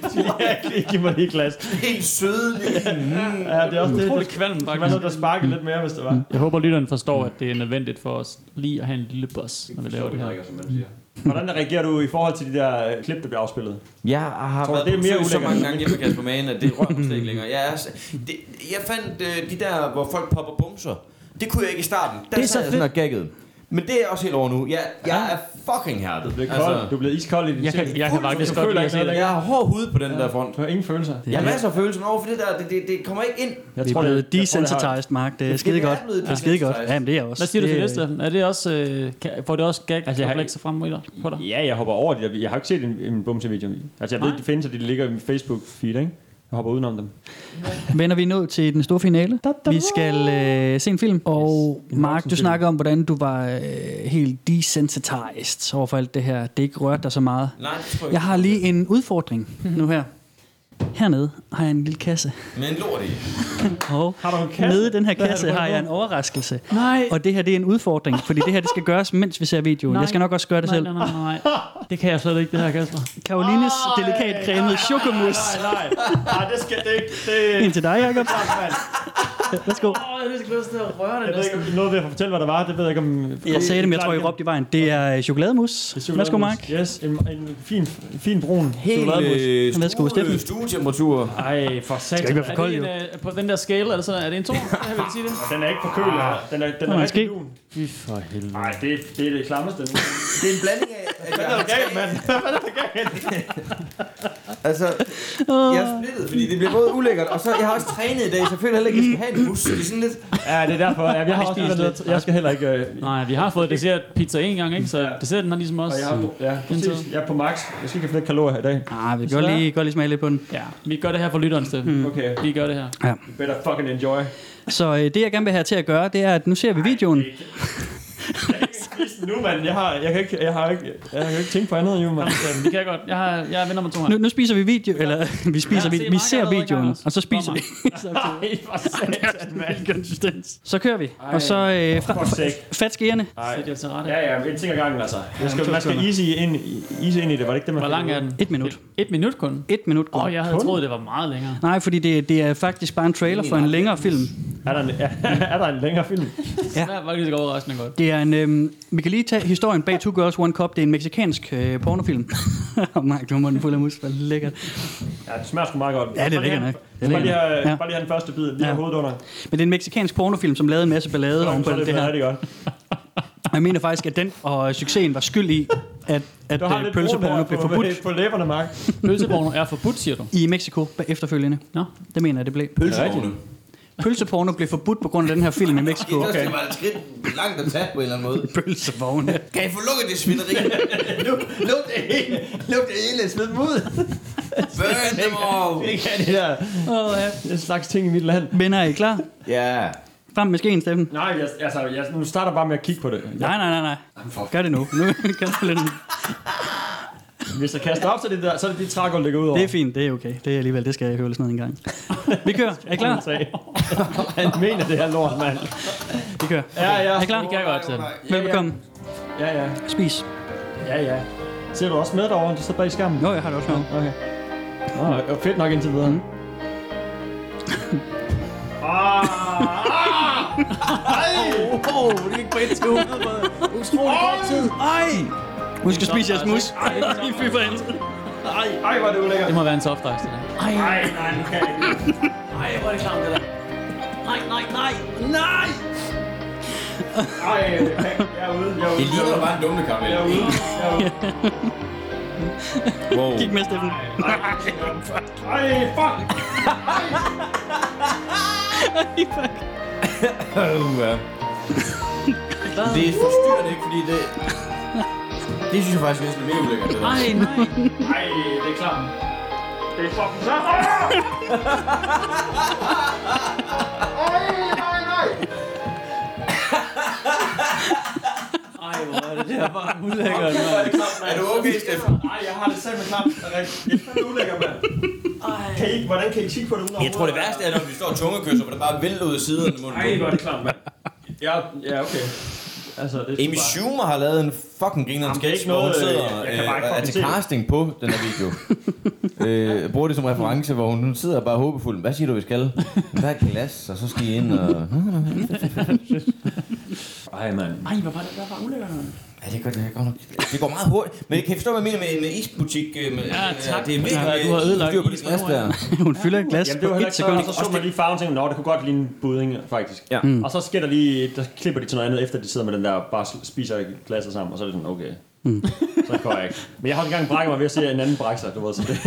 Ja, giv mig lige et glas. Helt søde. Ja, det er også det. Utrolig kvalm, Det var faktisk. noget, der sparker lidt mere, hvis det var. Jeg håber, lytteren forstår, at det er nødvendigt for os lige at have en lille boss, når vi laver det her. Hvordan reagerer du i forhold til de der øh, klip, der bliver afspillet? Jeg har Tror, været det er mere mere så ulækkert. mange gange hjemme med Kasper Magen, at det rører mig slet ikke længere. Jeg, er, det, jeg fandt øh, de der, hvor folk popper bumser. Det kunne jeg ikke i starten. Der Det er så sad jeg sådan fedt. og gaggede. Men det er også helt over nu. Jeg, jeg er fucking hærdet. Du bliver kold. Du er blevet iskold i din Jeg kan, sind. jeg kan faktisk godt lide at se det. Jeg har hård hud på den der front. Du har ingen følelser. Jeg har masser af følelser, men overfor det der, det, det, det kommer ikke ind. Jeg Vi er tror, det- blevet jeg tror, det har- desensitized, Mark. Det er Det skide er godt. blevet Det er skide godt. desensitized. Ja, men det er også. Hvad siger du til det, det, Steffen? Er det også, øh, kan, får det også gag Altså, jeg har- komplekser frem mod dig, på dig? Ja, jeg hopper over de der. Jeg har ikke set en, en bumsevideo. Altså, jeg ved, Nej. de findes, og de ligger i min Facebook-feed, ikke? Jeg hopper udenom dem. Vender vi nået til den store finale. Vi skal øh, se en film, og Mark, du snakker om, hvordan du var øh, helt desensitized over for alt det her. Det ikke rørte dig så meget. Nej, det tror jeg Jeg har lige en udfordring nu her. Hernede har jeg en lille kasse. Men en lort i. Og Har du en kasse? nede i den her Hvad har kasse du har fået jeg på? en overraskelse. Nej. Og det her det er en udfordring, fordi det her det skal gøres, mens vi ser videoen. Nej. Jeg skal nok også gøre det Nej, selv. nej, nej, nej. Det kan jeg slet ikke, det her, Kasper. Karolines delikat cremede chokomus. Nej, nej, nej, det skal det ikke. Det En til dig, Jacob. Værsgo. Åh, jeg skal lyst til at røre Jeg det ved ikke, om I nåede ved at fortælle, hvad der var. Det ved jeg ikke, om... Jeg sagde det, men jeg tror, I råbte i vejen. Det er chokolademus. Værsgo, Mark. Yes, en, en fin, en fin brun Helt chokolademus. øh, Værsgo, Steffen. stue, stuetemperatur. Ej, for satan. ikke være for Er kold, det jo. en, øh, på den der scale, er det, sådan, er det en to? Jeg vil sige det. Den er ikke for kølet. Den er, den Nå, er en rigtig ske. lun. Fy for helvede. Nej, det, det er det klammeste. Det er en blanding af, at Hvad jeg er har der galt, mand? Hvad er der galt? Altså, jeg er splittet, fordi det bliver både ulækkert, og så jeg har også trænet i dag, så jeg føler heller ikke, at jeg skal have en mus. Så det er sådan lidt... Ja, det er derfor. Ja, jeg har også spist lidt. Jeg skal heller ikke... Øh, Nej, vi har fået dessert pizza en gang, ikke? Så desserten har ligesom også... og jeg har, ja, præcis. Jeg er på max. Jeg skal ikke have flere kalorier i dag. Ah, vi kan godt lige, godt lige smage lidt på den. Ja, vi gør det her for lytteren, Steffen. Okay. Vi gør det her. Ja. You better fucking enjoy. Så øh, det, jeg gerne vil have til at gøre, det er, at nu ser vi videoen. Nu, mand. Jeg har, jeg kan ikke, jeg har ikke, jeg kan ikke tænke på andet, jo, mand. Steffen, vi kan godt. Jeg, har, jeg vender med to her. Nu, nu spiser vi video, eller vi spiser Ja, vi, se, vi Mark ser er allerede i gang videoen, også. og så spiser vi. Ej, for satan, mand. Konsistens. Så kører vi, og så øh, fra, for sake. fat skærene. Sæt jer til rette. Ja, ja, en ting ad gangen, altså. Jeg skal, to man skal sekunder. easy ind, i- easy ind i det. Var det ikke det, man Hvor lang er den? Et minut. Et minut kun? Et minut. Åh, oh, jeg havde Kun? troet, det var meget længere. Nej, fordi det, det er faktisk bare en trailer for en længere film. Er der en, er der en længere film? Ja. Det er faktisk overraskende godt. Det er en, øhm, vi kan lige tage historien bag Two Girls, One Cup. Det er en meksikansk øh, pornofilm. Og Mark, nu må den fuld af mus. Hvor lækkert. Ja, det smager sgu meget godt. Ja, det er Bare lige lækkert have- nok. Det er Bare lige lækkert have, nok. Ja. bare lige have den første bid. Lige Ja. have hovedet under. Men det er en meksikansk pornofilm, som lavede en masse ballade oven på Så er det, det det her. rigtig godt. Jeg mener faktisk, at den og succesen var skyld i, at, at Du har øh, lidt brun pølseporno her blev på, forbudt på læberne, Mark. Pølseporno er forbudt, siger du? i Mexico efterfølgende. Nå. Det mener jeg, det blev. Pølseporno. Pølseporno blev forbudt på grund af den her film i Mexico. Okay. Det var et skridt langt at tage på en eller anden måde. Pølsevogne. Kan I få lukket det svineri? Luk, luk det hele. Luk det hele. Smid dem ud. Burn dem all. Det kan det der. Oh, ja. Det er en slags ting i mit land. Men er I klar? Ja. Frem med skeen, Steffen. Nej, jeg, altså, jeg, nu starter bare med at kigge på det. Nej, nej, nej, nej. Gør det nu. Nu kan du lidt. Hvis jeg kaster op, så er det, der, så er det de trægulv, der går ud over. Det er fint, det er okay. Det er alligevel, det skal jeg høvles ned en gang. Vi kører. Er I klar? Han mener det her lort, mand. Vi kører. Ja, ja. Er I klar? Vi kan godt til. Velbekomme. Ja, ja. Spis. Ja, ja. Ser du også med derovre? Du sidder bag skærmen. Jo, jeg har det også med. Okay. Nå, det var fedt nok indtil videre. Mm. Ah! Åh, oh, det gik på et skue. Utrolig kort tid. Ej! Husk at spise jeres mus. I fy for helvede. Ej, ej, hvor er det ulækkert. Det må være en soft ice, det der. Ej, nej, nu kan jeg ikke. Ej, hvor er det klamt, det der. Nej, nej, nej, nej! Ej, jeg er ude, jeg er ude. Det ligner bare en dumme karamel. Jeg er ude, jeg er ude. Wow. Kig med, Steffen. Ej, fuck! Ej, fuck. Uh, ja. Det er forstyrrende, ikke? Fordi det... Det synes jeg faktisk næsten er mere ulækkert. Det der. Nej, nej. Ej, det er klart. Det er fucking så. Ej, hvor er det der bare ulækkert, mand. Er du okay, Steffen? Nej, jeg har det selv med klap. Det er fandme ulækkert, mand. Kan I ikke, hvordan kan I kigge på det uden Jeg tror, det værste er, når vi står og tungekysser, hvor det bare vælter ud af siderne af munden. Ej, hvor er det klart, mand. Ja, ja, okay. Altså, det Amy bare... Schumer har lavet en fucking grineren sketch, hvor hun sidder øh, er til casting på den her video. øh, bruger det som reference, hvor hun sidder bare håbefuld. Hvad siger du, vi skal? Der er et glas, og så skal I ind og... Ej, mand. Ej, hvad var det, der var ulækkert? Ja, det gør det godt nok. Det går meget hurtigt. Men kan I forstå, hvad jeg mener med en isbutik? Med, ja, tak. Det er mega, ja, du har ødelagt styr på det glas der. Hun fylder et glas Jamen, det var på et sekund. Og så så man lige farven og tænkte, nå, det kunne godt ligne budding, faktisk. Ja. Mm. Og så sker der lige, der klipper de til noget andet, efter de sidder med den der, bare spiser glasset sammen, og så er det sådan, okay. Mm. Så er det korrekt. Men jeg har engang brækket mig ved at se en anden brække sig, du ved, så det...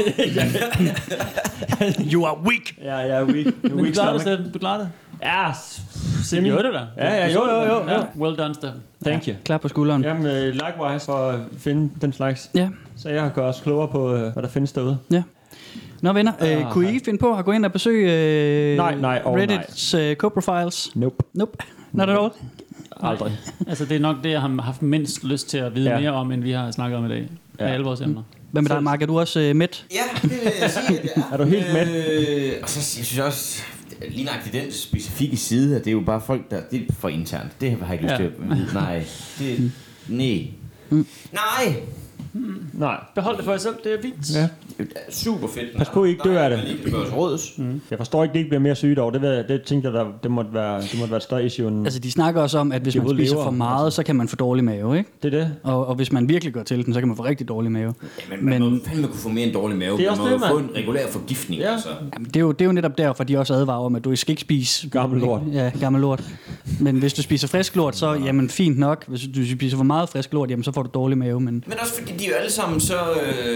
You are weak! Ja, jeg er weak. Men du klarer det, du klarer det? Ja, semi. Gjorde det da? Ja, ja, jo, jo, jo. Ja, well done, Steffen. Thank you. Klar på skulderen. Jamen, uh, likewise for at finde den slags. Ja. Så jeg gør os klogere på, uh, hvad der findes derude. Ja. Nå venner, øh, Ah, kunne I finde på at gå ind og besøge øh, Nej, nej, og Reddit's øh, co-profiles? Nope. Nope. Not at all. Aldrig. Altså, det er nok det, jeg har haft mindst lyst til at vide Ja. mere om, end vi har snakket om i dag. Ja. Af alle vores emner. Hvad med dig, Mark? Er du også øh, mæt? Ja, det vil jeg sige. at jeg Er du helt med? Øh, og så jeg synes jeg også, lige nøjagtigt den specifikke side, at det er jo bare folk, der... Det er for internt. Det har jeg ikke lyst Ja. til at vide. Nej. Det, nej. Mm. Nej! Nej. Behold det for jer selv, det er fint. Ja. Super fedt. Pas på, I ikke dør af det. Men ikke børs rådes. Mm. Jeg forstår ikke, det ikke bliver mere syge dog. Det, ved jeg, det tænkte jeg, der, det måtte være, det måtte være et større issue end... Altså, de snakker også om, at hvis De man både spiser lever, for meget, altså. så kan man få dårlig mave, ikke? Det er det. Og, og hvis man virkelig går til den, så kan man få rigtig dårlig mave. Ja, men man Men- må fandme kunne få mere en dårlig mave. Det er Man også må det, jo få mand. en regulær forgiftning. Ja. Altså. Jamen, det, er jo, det er jo netop derfor, de også advarer om, at du skal ikke spise... Gammel lort. Ja, gammel lort. Men hvis du spiser frisk lort, så jamen fint nok. Hvis du spiser for meget frisk lort, jamen så får du dårlig mave. Men Men også fordi de er jo alle sammen så øh,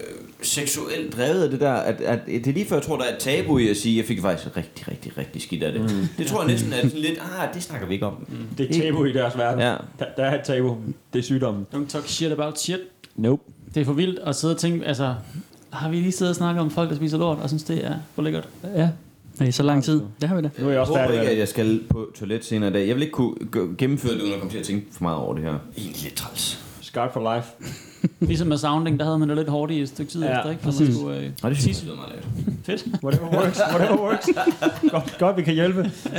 seksuelt drevet af det der, at, at det er lige før, jeg tror, der er et tabu i at sige, jeg fik faktisk rigtig, rigtig, rigtig skidt af det. Mm. Det tror jeg næsten er sådan lidt, ah, det snakker vi ikke om. Mm. Det er tabu i deres verden. Ja. Der, der er et tabu. Det er sygdommen. Don't talk shit about shit. Nope. Det er for vildt at sidde og tænke, altså... Har vi lige siddet og snakket om folk, der spiser lort, og synes, det er for lækkert? Ja. i så lang tid. Det har vi da. Nu er jeg også håber færdig ikke, med at jeg skal på toilet senere i dag. Jeg vil ikke kunne g- gennemføre det, uden at komme til at tænke for meget over det her. Egentlig lidt træls. Scarred for life. Ligesom med sounding, der havde man det lidt hårdt i et stykke tid Ja, efter, ikke? Når man præcis. skulle, øh, Og det synes jeg lyder meget lavt. Fedt. Whatever works. Whatever works. godt, godt, vi kan hjælpe. Ja.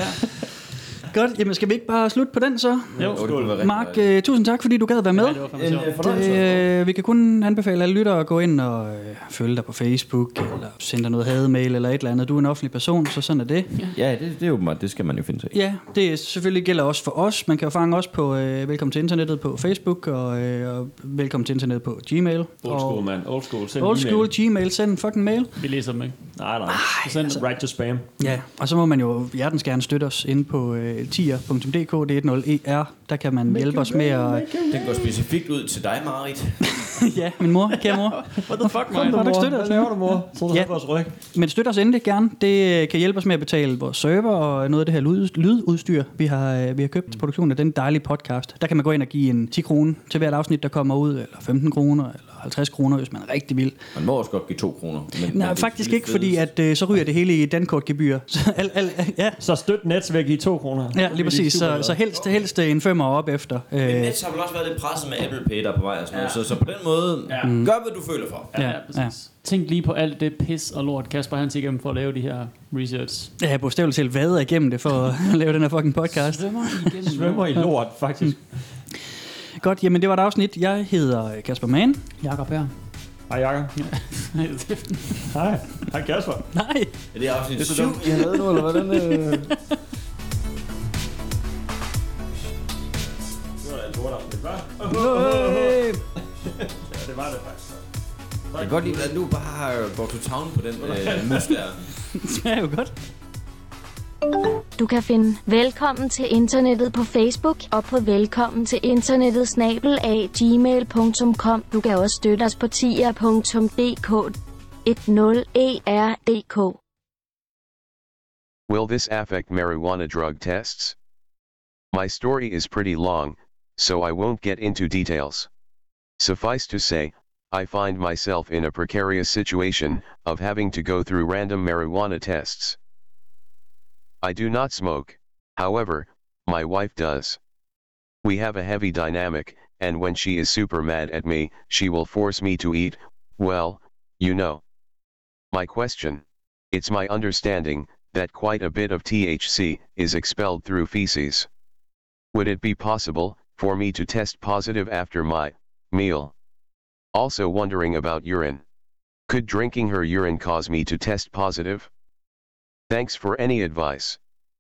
Godt, jamen skal vi ikke bare slutte på den så? Jo, skål. Mark, øh, tusind tak, fordi du gad være med. Ja, det var fandme sjovt. En fornøjelse. Det, øh, vi kan kun anbefale alle lyttere at gå ind og øh, følge dig på Facebook, eller sende dig noget hademail eller et eller andet. Du er en offentlig person, så sådan er det. Ja, det, det er jo det skal man jo finde sig i. Ja, det selvfølgelig gælder også for os. Man kan jo fange os på øh, Velkommen til Internettet på Facebook, og, øh, og Velkommen til Internettet på Gmail. Old school, man. Old school. Send Old en school, Gmail, send en fucking mail. Vi læser dem, ikke? Nej, nej. Send altså, right to spam. Ja, og så må man jo hjertens gerne støtte os inde på øh, tier punktum d k, det er nul E R. Der kan man hjælpe os med at... Den går specifikt ud til dig, Marit. Ja, min mor, kære mor. What the fuck, Hvorfor har du ikke støttet os? Hvad laver du, mor? Så du Ja. ja. vores ryg. Men støt os endelig gerne. Det kan hjælpe os med at betale vores server og noget af det her lyd, lydudstyr, vi har, vi har købt til produktionen af den dejlige podcast. Der kan man gå ind og give en ti kroner til hvert afsnit, der kommer ud, eller femten kroner, eller halvtreds kroner, hvis man er rigtig vild. Man må også godt give to kroner. Men Nej, det er faktisk lidt ikke, fordi fedest. at, øh, så ryger det hele i dankortgebyr. Så, al, al, ja, Så støt Nets væk i to kroner. ja, lige præcis. Så, så helst, helst en femmer op efter. Men Øh, Nets har vel også været lidt presset med Apple Pay, der er på vej og sådan noget. Så, så på den måde, Ja. gør hvad du føler for. Ja, Ja, ja, præcis. Tænk lige på alt det pis og lort, Kasper han igennem for at lave de her research. jeg har bogstaveligt talt vadet igennem det for at lave den her fucking podcast. Svømmer igennem. Svømmer i lort, faktisk. Godt, jamen det var et afsnit. Jeg hedder Kasper Mann. Jakob her. Hej, Jakob. Hej. Hej, Kasper. Nej. Er det afsnit Det er så syv, dumt. I har lavet nu, eller hvordan? Øh? Det var da et lortafsnit, hva'? Hey. Ja, det var det faktisk. Jeg kan godt lide, at du bare går to town på den øh, mus der. Det smager jo godt. Du kan finde Velkommen til Internettet på Facebook og på Velkommen til Internettet snabel a gmail punktum com. Du kan også støtte os på tier punktum d k. ten E R D K. Will this affect marijuana drug tests? My story is pretty long, so I won't get into details. Suffice to say, I find myself in a precarious situation of having to go through random marijuana tests. I do not smoke, however, my wife does. We have a heavy dynamic, and when she is super mad at me, she will force me to eat, well, you know. My question: it's my understanding that quite a bit of T H C is expelled through feces. Would it be possible for me to test positive after my meal. Also wondering about urine. Could drinking her urine cause me to test positive? Thanks for any advice.